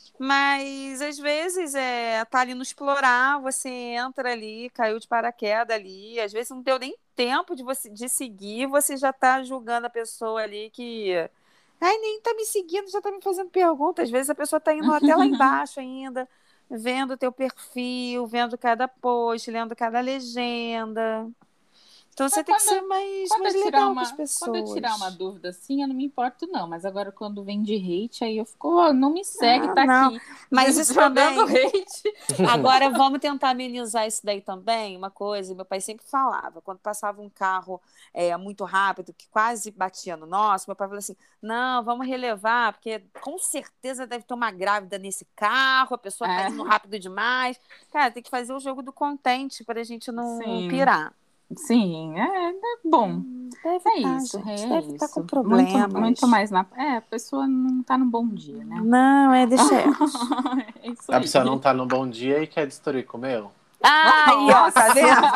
Mas às vezes é, tá ali no explorar, você entra ali, caiu de paraquedas ali, às vezes não deu nem tempo de você de seguir, você já tá julgando a pessoa ali que. Ai, nem tá me seguindo, já tá me fazendo pergunta. Às vezes a pessoa tá indo até lá embaixo ainda, vendo o teu perfil, vendo cada post, lendo cada legenda. Então você Mas tem que ser quando, mais, quando mais eu tirar legal com as uma, quando eu tirar uma pessoas. dúvida assim, eu não me importo, não. Mas agora, quando vem de hate, aí eu fico, "Ó, não me segue, Ah, tá não. aqui, Mas isso jogando também. hate." Agora vamos tentar amenizar isso daí também. Uma coisa, meu pai sempre falava, quando passava um carro é, muito rápido, que quase batia no nosso, meu pai falou assim: não, vamos relevar, porque com certeza deve ter uma grávida nesse carro, a pessoa tá É, indo rápido demais. Cara, tem que fazer o jogo do contente para a gente não sim, pirar. sim, é, é bom. Deve É estar, isso, gente. é Deve estar com isso. Muito, muito problemas. mais na. É, a pessoa não tá no bom dia, né? Não, é deixa elas. É isso A pessoa aí. não tá no bom dia e quer destruir com o meu? Aí, ó, tá Nossa! vendo?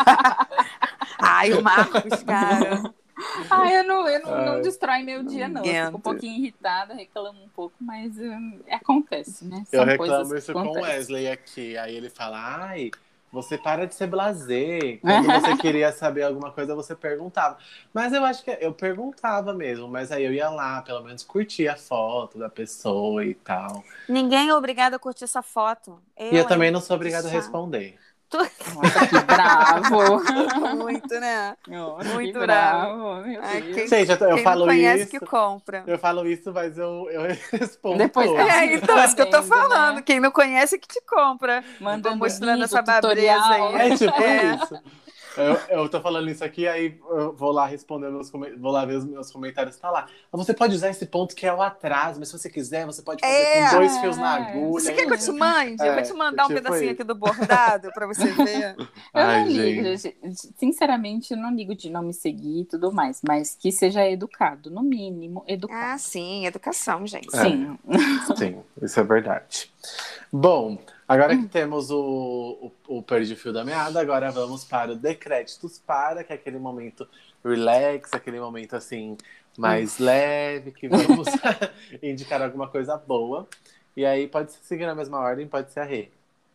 Ai, o Marcos, cara. Ah, eu não, eu não, não Ai. destrói meu dia, não. Eu fico um Guento. pouquinho irritada, reclamo um pouco, mas hum, acontece, né? Eu São coisas reclamo que isso com o acontecem. Wesley aqui. Aí ele fala: Ai, você para de ser blasé. Quando você queria saber alguma coisa, você perguntava. Mas eu acho que eu perguntava mesmo. Mas aí eu ia lá, pelo menos curtia a foto da pessoa e tal. Ninguém é obrigado a curtir essa foto. E eu Eu, também hein? não sou Que obrigado a chato. responder. Nossa, que bravo! Muito, né? Nossa, que Muito bravo. bravo, meu Ai, Deus. quem, Gente, eu, eu quem não falo conhece que isso, compra. eu falo isso, mas eu, eu respondo Depois tá todos. É, então, é isso que eu tô respondendo, falando. né? Quem não conhece que te compra. Vou Mandando mostrando bico, essa babreza tutorial. aí. É tipo É. isso. Eu, eu tô falando isso aqui, aí eu vou lá respondendo os come- vou lá ver os meus comentários, tá lá. Você pode usar esse ponto que é o atraso, mas se você quiser, você pode fazer com É. dois fios na É, Você agulha. quer que eu te sim. mande? Eu vou te É, mandar um tipo pedacinho isso. aqui do bordado para você ver. Eu Ai, não ligo, gente. gente. Sinceramente, eu não ligo de não me seguir e tudo mais, mas que seja educado, no mínimo, Ah, educado. sim, educação, gente. Sim. Sim, isso é verdade. Bom, agora que temos o, o, o Perdi o Fio da Meada, agora vamos para o Decréditos Para, que é aquele momento relax, aquele momento assim, mais leve, que vamos indicar alguma coisa boa. E aí pode seguir na mesma ordem, pode ser a Rê.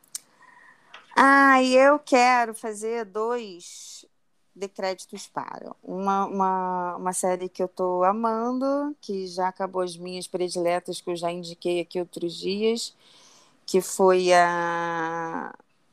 Ah, e eu quero fazer dois decréditos para. Uma, uma, uma série que eu tô amando, que já acabou as minhas prediletas, que eu já indiquei aqui outros dias, que foi a,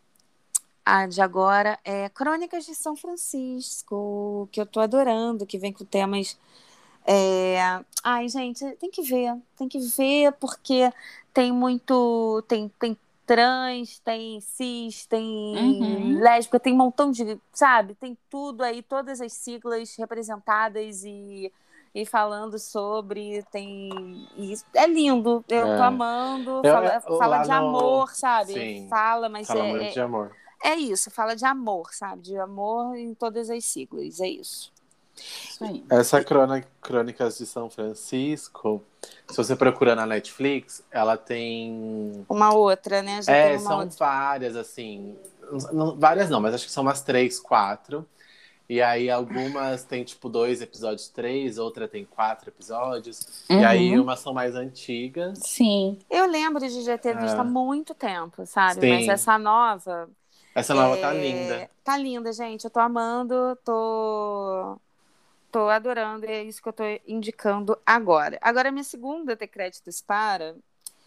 a de agora, é Crônicas de São Francisco, que eu tô adorando, que vem com temas... É... Ai, gente, tem que ver, tem que ver, porque tem muito... Tem, tem trans, tem cis, tem Uhum. lésbica, tem um montão de... Sabe? Tem tudo aí, todas as siglas representadas e... E falando sobre, tem. Isso é lindo, eu tô É. amando. Eu, Fala, eu- fala lá de no. amor, sabe? Sim, Fala, mas fala muito é, de é, amor. é isso, fala de amor, sabe? De amor em todas as siglas, é isso. Isso aí. Essa crônica, Crônicas de São Francisco, se você procura na Netflix, ela tem. Uma outra, né? Já tem É, uma são outra. várias, assim. Não- várias não, mas acho que são umas três, quatro. E aí algumas tem tipo dois episódios, três, outra tem quatro episódios. E aí Uhum. umas são mais antigas. Sim. Eu lembro de já ter visto há Ah, muito tempo, sabe? Mas sim. essa nova Essa nova tá linda. é... tá linda, gente. Eu tô amando, tô. Tô adorando, e é isso que eu tô indicando agora. Agora, minha segunda ter créditos para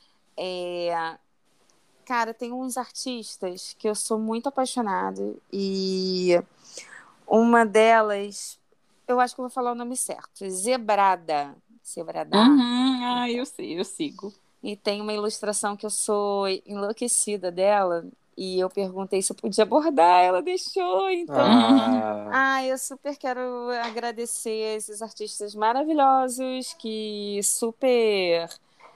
é. Cara, tem uns artistas que eu sou muito apaixonada e uma delas, eu acho que eu vou falar o nome certo, Zebrada. Zebrada. Uhum. Ah, Então, eu sei, eu sigo. e tem uma ilustração que eu sou enlouquecida dela e eu perguntei se eu podia bordar, ela deixou, então... Uhum. Ah, Ah, eu super quero agradecer esses artistas maravilhosos que super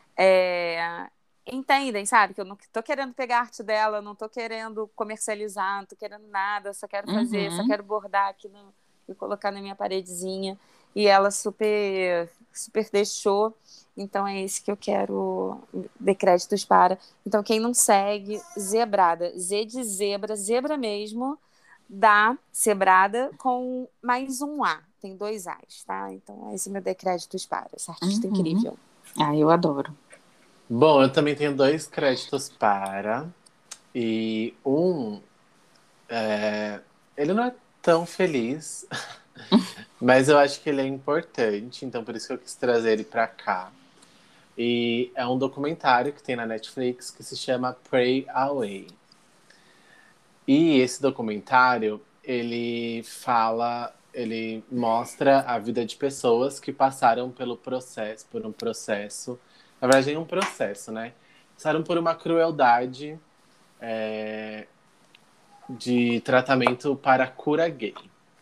é, entendem, sabe? Que eu não tô querendo pegar a arte dela, não tô querendo comercializar, não tô querendo nada, só quero fazer, só Uhum. quero bordar aqui no, e colocar na minha paredezinha. E ela super, super deixou. Então é isso que eu quero dar créditos para. Então, quem não segue, Zebrada, Z de zebra, zebra mesmo, da Zebrada com mais um A. Tem dois A's, tá? Então, esse é meu decréditos para. Essa artista Uhum. incrível. Ah, eu adoro. bom, eu também tenho dois créditos para. E um, é, ele não é tão feliz, mas eu acho que ele é importante, então por isso que eu quis trazer ele para cá. E é um documentário que tem na Netflix que se chama Pray Away. E esse documentário, ele fala, ele mostra a vida de pessoas que passaram pelo processo, por um processo, na verdade é um processo, né? Passaram por uma crueldade é, de tratamento para cura gay.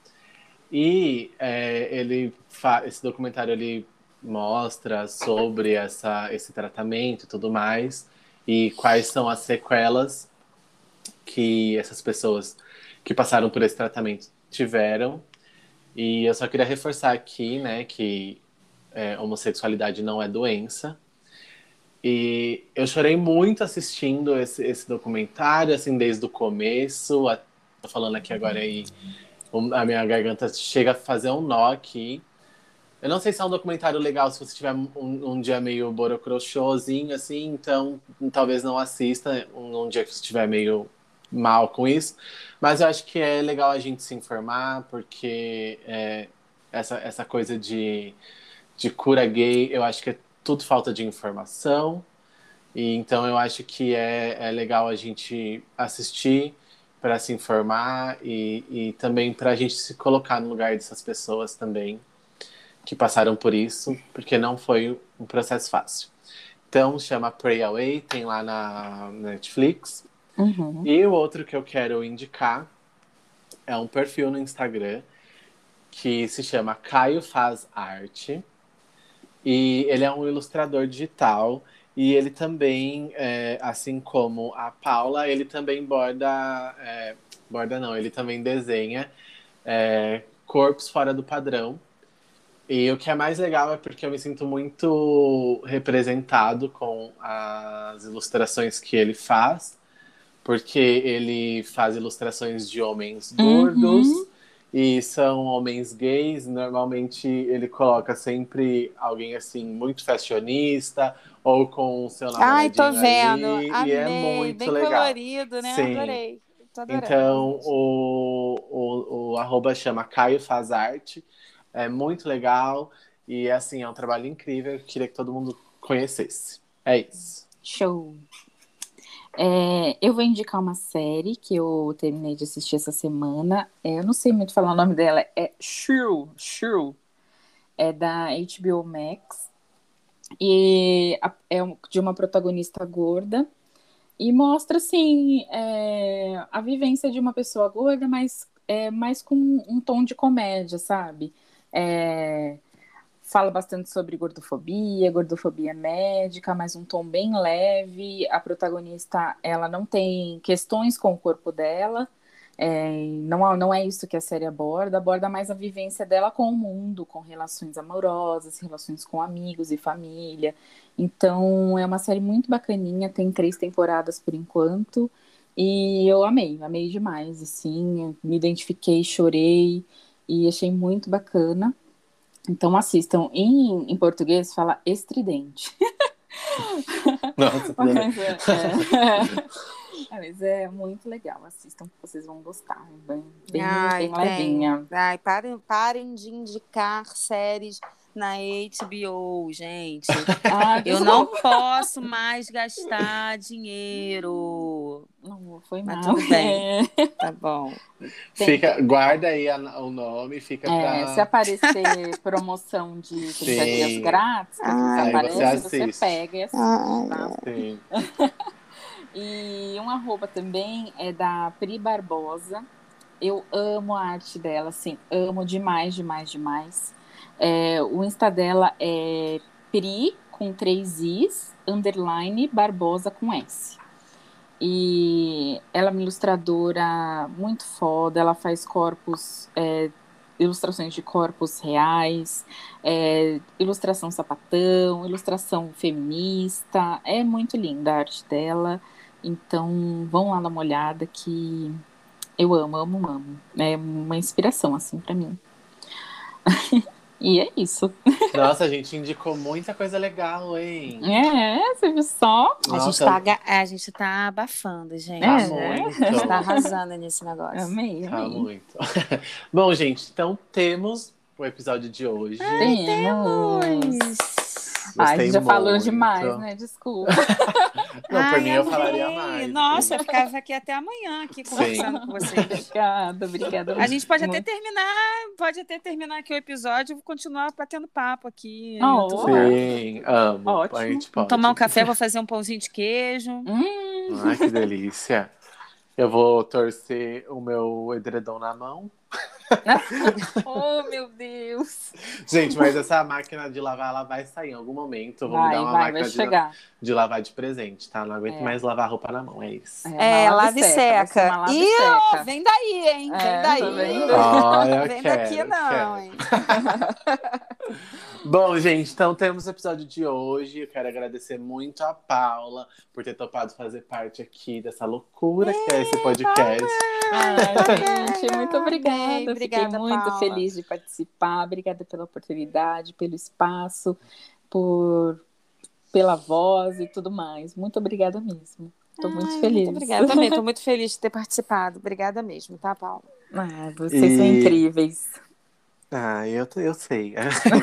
E é, ele fa- esse documentário ele mostra sobre essa, esse tratamento e tudo mais, e quais são as sequelas que essas pessoas que passaram por esse tratamento tiveram. E eu só queria reforçar aqui, né, que é, homossexualidade não é doença. E eu chorei muito assistindo esse, esse documentário, assim, desde o começo. A- Tô falando aqui agora aí, um- a minha garganta chega a fazer um nó aqui. Eu não sei se é um documentário legal se você tiver um, um dia meio borocrochôzinho, assim, então talvez não assista um, um dia que você estiver meio mal com isso. Mas eu acho que é legal a gente se informar, porque é, essa, essa coisa de, de cura gay, eu acho que é tudo falta de informação. E então eu acho que é, é legal a gente assistir para se informar e, e também para a gente se colocar no lugar dessas pessoas também que passaram por isso, porque não foi um processo fácil. Então, chama Pray Away, tem lá na Netflix. Uhum. E o outro que eu quero indicar é um perfil no Instagram que se chama Caio Faz Arte. E ele é um ilustrador digital. E ele também, é, assim como a Paula, ele também borda. É, borda não, ele também desenha é, corpos fora do padrão. E o que é mais legal é porque eu me sinto muito representado com as ilustrações que ele faz, porque ele faz ilustrações de homens Uhum. gordos e são homens gays. Normalmente ele coloca sempre alguém assim muito fashionista ou com o seu Ai, tô namoradinho vendo. ali, e é Amei. muito Bem legal. colorido, né? Sim. Adorei. Tô adorando, Então, gente. o, o, o arroba chama Caio Faz Arte. É muito legal. E, assim, é um trabalho incrível. Eu queria que todo mundo conhecesse. É isso. Show. É, eu vou indicar uma série que eu terminei de assistir essa semana. É, eu não sei muito falar o nome dela. É Shrew, Shrew. É da H B O Max. E a- é um- de uma protagonista gorda. E mostra, assim, é, a vivência de uma pessoa gorda, mas é, mais com um tom de comédia, sabe? É, fala bastante sobre gordofobia, gordofobia médica, mas um tom bem leve. A protagonista, ela não tem questões com o corpo dela. É, não, não é isso que a série aborda, aborda mais a vivência dela com o mundo, com relações amorosas, relações com amigos e família. Então, é uma série muito bacaninha, tem três temporadas por enquanto, e eu amei, amei demais, assim, me identifiquei, chorei, e achei muito bacana. Então, assistam. Em, em português, fala estridente. Nossa, que Mas é, é, mas é muito legal, assistam, que vocês vão gostar. é Bem, bem, Ai, bem levinha. tem. Ai, parem, parem de indicar séries na H B O, gente. Ah, Eu desculpa. não posso mais gastar dinheiro. Não, foi Mas mal. tudo bem. Tá bom. Tem- Fica, guarda aí a- o nome, fica É, se pra. aparecer promoção de trinta Sim. dias grátis, que às vezes Ai, aparece, você você, assiste. pega e assiste, Ai, tá? Sim. E um arroba também é da Pri Barbosa. Eu amo a arte dela, assim, amo demais, demais, demais. É, o Insta dela é Pri, com três Is, underline, Barbosa com S. E ela é uma ilustradora muito foda, ela faz corpos, é, ilustrações de corpos reais, é, ilustração sapatão, ilustração feminista, é muito linda a arte dela, então vão lá dar uma olhada que eu amo, amo, amo, é uma inspiração assim pra mim. E é isso. Nossa, a gente indicou muita coisa legal, hein? É, você viu só? a, gente Nossa, tá, aga- a gente tá abafando, gente. tá É. muito. A gente tá arrasando nesse negócio. Amei, Tá amei. muito. Bom, gente, então temos o episódio de hoje. Temos. Ai, a Gostei gente já falou muito. demais, né? Desculpa. Não, por Ai, mim eu amei. falaria mais. Nossa, eu assim. ficava aqui até amanhã aqui conversando com vocês. Obrigada, obrigada. A gente pode até muito. terminar, pode até terminar aqui o episódio e continuar batendo papo aqui. Oh, tudo Boa. bem. Sim, amo. Ótimo. A gente Vou pode. tomar um café, vou fazer um pãozinho de queijo. Hum, Ai, que delícia. Eu vou torcer o meu edredom na mão. oh, meu Deus. Gente, mas essa máquina de lavar, ela vai sair em algum momento. Eu vou me Vai, dar uma vai, máquina vai de, chegar. de lavar de presente, tá? Não aguento É. mais lavar roupa na mão, é isso. É, uma lave vai ser seca. uma lave Ih, ó, seca. vem daí, hein? Vem É, daí. tá vendo? Olha, eu Vem quero, daqui eu não, quero. hein? Bom, gente, então temos o episódio de hoje. Eu quero agradecer muito a Paula por ter topado fazer parte aqui dessa loucura que é esse podcast. Ai, gente, muito Amei. obrigada. Obrigada, Fiquei muito Paula. feliz de participar. Obrigada pela oportunidade, pelo espaço, por pela voz e tudo mais. Muito obrigada mesmo. Estou muito Ai, feliz. Muito obrigada. Também estou muito feliz de ter participado. Obrigada mesmo, tá, Paula? Ah, vocês são E- incríveis. Ah, eu, eu sei.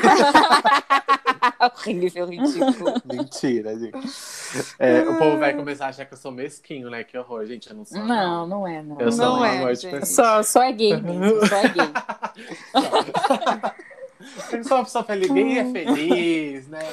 Horrível, ridículo. Mentira, gente. É, o povo vai começar a achar que eu sou mesquinho, né? Que horror, gente. Eu não sou. Não, não é, não. Eu sou Não um é, amor de gente. pessoa. Só, só é gay mesmo, só é gay. Eu sou uma pessoa feliz, gay é feliz, né?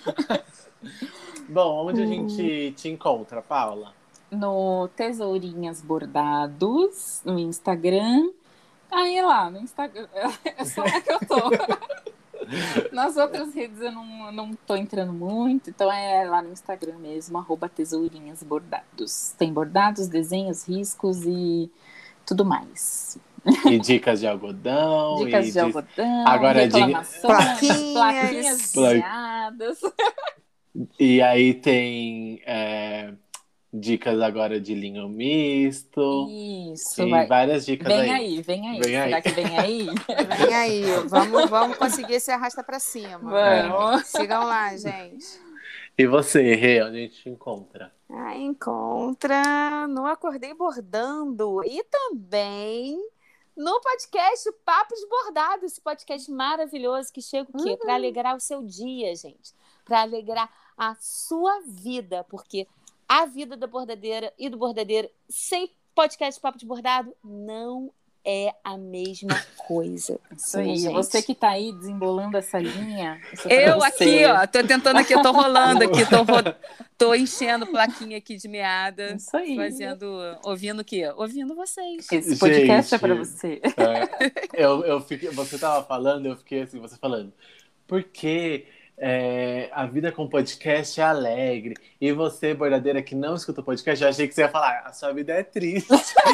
Bom, onde a gente te encontra, Paula? No Tesourinhas Bordados, no Instagram. Aí lá, no Instagram. É só lá que eu tô. Nas outras redes eu não, não tô entrando muito, então é lá no Instagram mesmo, arroba Tesourinhas Bordados. Tem bordados, desenhos, riscos e tudo mais. E dicas de algodão. Dicas e de algodão, Agora, diga- reclamações, Plaquinhas. plaquinhas desenhadas. E aí tem é, dicas agora de linho misto. Isso, E vai. várias dicas Vem aí. aí, vem aí. Vem Será aí. que vem aí? Vem aí, vamos, vamos conseguir esse arrasta pra cima. Vamos. Sigam lá, gente. E você, Rê, onde a gente te encontra? Ah, encontra no Acordei Bordando e também no podcast Papos Bordados, esse podcast maravilhoso que chega o quê? Para alegrar o seu dia, gente. Para alegrar a sua vida, porque a vida da bordadeira e do bordadeiro sem podcast Papo de Bordado não é a mesma coisa. Isso aí, gente. Você que tá aí desembolando essa linha. Eu aqui, ó, tô tentando aqui, tô rolando aqui, tô, ro... tô enchendo plaquinha aqui de meada. Isso aí. Fazendo, ouvindo o quê? Ouvindo vocês. Esse podcast gente, é pra você. É, eu, eu fiquei, você tava falando, eu fiquei assim, você falando, porque é, a vida com podcast é alegre. E você, bordadeira, que não escuta podcast, eu achei que você ia falar, a sua vida é triste.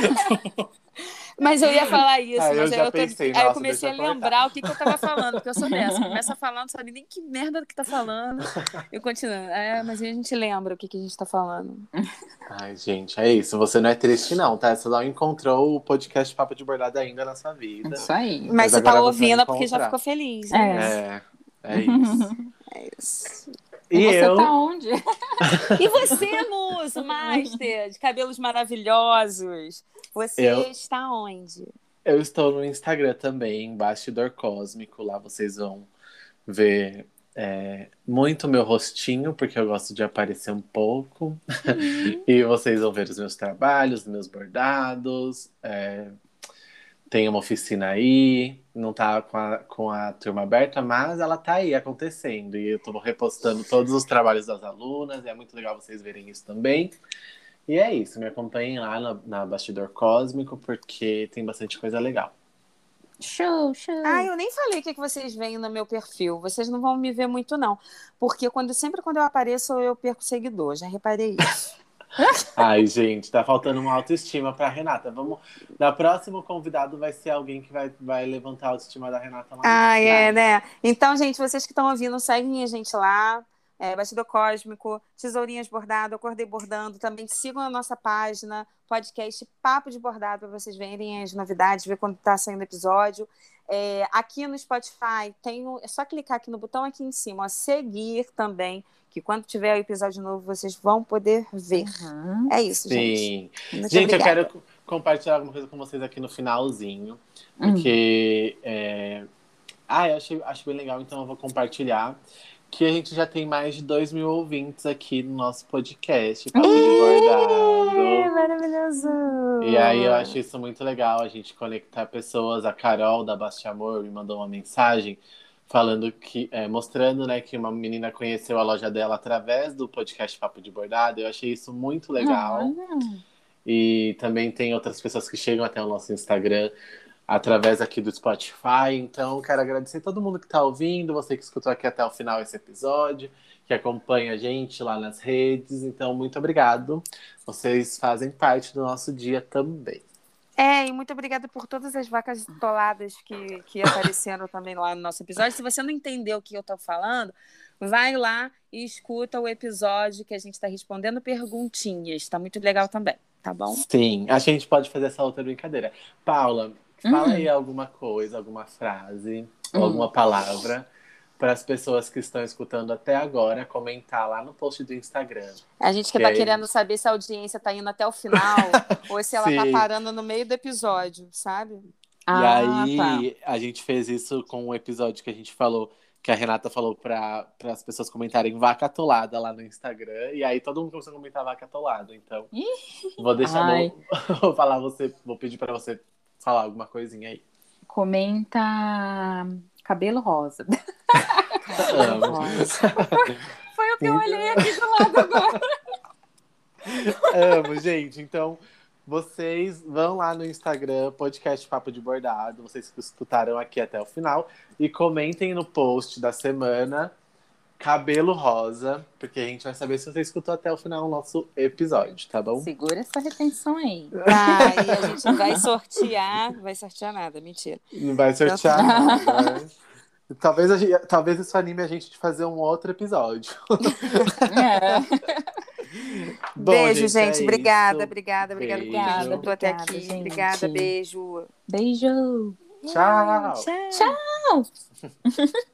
Mas eu ia falar isso, ah, mas eu aí, já eu, tô... pensei, aí eu nossa, comecei a lembrar o que, que eu tava falando, porque eu sou dessa. Começa falando, não sabe nem que merda que tá falando. Eu continuo. É, mas aí a gente lembra o que, que a gente tá falando. Ai, gente, é isso. Você não é triste, não, tá? Você não encontrou o podcast Papo de Bordado ainda na sua vida. Isso aí. Mas, mas você tá ouvindo porque já ficou feliz. Né? É, é, é isso. É isso. E, e você eu... tá onde? E você, Muso, Master, de cabelos maravilhosos? Você eu... está onde? Eu estou no Instagram também, Bastidor Cósmico. Lá vocês vão ver é, muito meu rostinho, porque eu gosto de aparecer um pouco. Uhum. E vocês vão ver os meus trabalhos, os meus bordados. É... Tem uma oficina aí, não tá com a, com a turma aberta, mas ela tá aí acontecendo. E eu tô repostando todos os trabalhos das alunas, e é muito legal vocês verem isso também. E é isso, me acompanhem lá na, na Bastidor Cósmico, porque tem bastante coisa legal. Show, show. Ah, eu nem falei o que vocês veem no meu perfil. Vocês não vão me ver muito, não. Porque quando, sempre quando eu apareço, eu perco seguidor. Já reparei isso. Ai, gente, tá faltando uma autoestima pra Renata. Vamos... Na próxima, convidado vai ser alguém que vai, vai levantar a autoestima da Renata lá. Ah, é, né? Então, gente, vocês que estão ouvindo, seguem a gente lá. É, Bastidor Cósmico, Tesourinhas Bordado, Acordei Bordando. Também sigam a nossa página, podcast Papo de Bordado, para vocês verem as novidades, ver quando tá saindo episódio. É, aqui no Spotify, tem o... é só clicar aqui no botão aqui em cima, ó, seguir também, que quando tiver o episódio novo, vocês vão poder ver. Uhum. É isso, Sim. gente. Muito gente, obrigada. eu quero compartilhar alguma coisa com vocês aqui no finalzinho, porque... Uhum. É... Ah, eu achei, acho bem legal, então eu vou compartilhar. Que a gente já tem mais de dois mil ouvintes aqui no nosso podcast, Papo de Bordado. Maravilhoso! E aí eu acho isso muito legal, a gente conectar pessoas. A Carol, da Basti Amor, me mandou uma mensagem falando que, é, mostrando, né, que uma menina conheceu a loja dela através do podcast Papo de Bordado. Eu achei isso muito legal. Uhum. E também tem outras pessoas que chegam até o nosso Instagram através aqui do Spotify. Então, quero agradecer todo mundo que está ouvindo, você que escutou aqui até o final esse episódio, que acompanha a gente lá nas redes. Então, muito obrigado. Vocês fazem parte do nosso dia também. É, e muito obrigada por todas as vacas toladas que, que apareceram também lá no nosso episódio. Se você não entendeu o que eu estou falando, vai lá e escuta o episódio que a gente está respondendo perguntinhas. Está muito legal também, tá bom? Sim, acho que a gente pode fazer essa outra brincadeira. Paula, fala hum. aí alguma coisa, alguma frase, hum. alguma palavra para as pessoas que estão escutando até agora comentar lá no post do Instagram. A gente que, que tá aí... querendo saber se a audiência tá indo até o final ou se ela tá parando no meio do episódio, sabe? E ah, aí tá. A gente fez isso com um episódio que a gente falou, que a Renata falou para as pessoas comentarem vaca atolada lá no Instagram. E aí todo mundo começou a comentar vaca atolada. Então, vou deixar, vou, vou falar você, vou pedir para você falar alguma coisinha aí. Comenta cabelo rosa. Cabelo rosa. Foi o que eu olhei aqui do lado agora. Amo, gente. Então, vocês vão lá no Instagram, podcast Papo de Bordado, vocês que escutaram aqui até o final, e comentem no post da semana cabelo rosa, porque a gente vai saber se você escutou até o final o nosso episódio, tá bom? Segura essa retenção aí. Tá, e a gente vai sortear, vai sortear nada, mentira. Não vai sortear nada, né? Talvez, a gente, talvez isso anime a gente de fazer um outro episódio. É. Bom, beijo, gente. gente. É obrigada, obrigada, obrigada por ter escutou até aqui. Gente. Obrigada, beijo. Beijo. Tchau. Tchau. Tchau.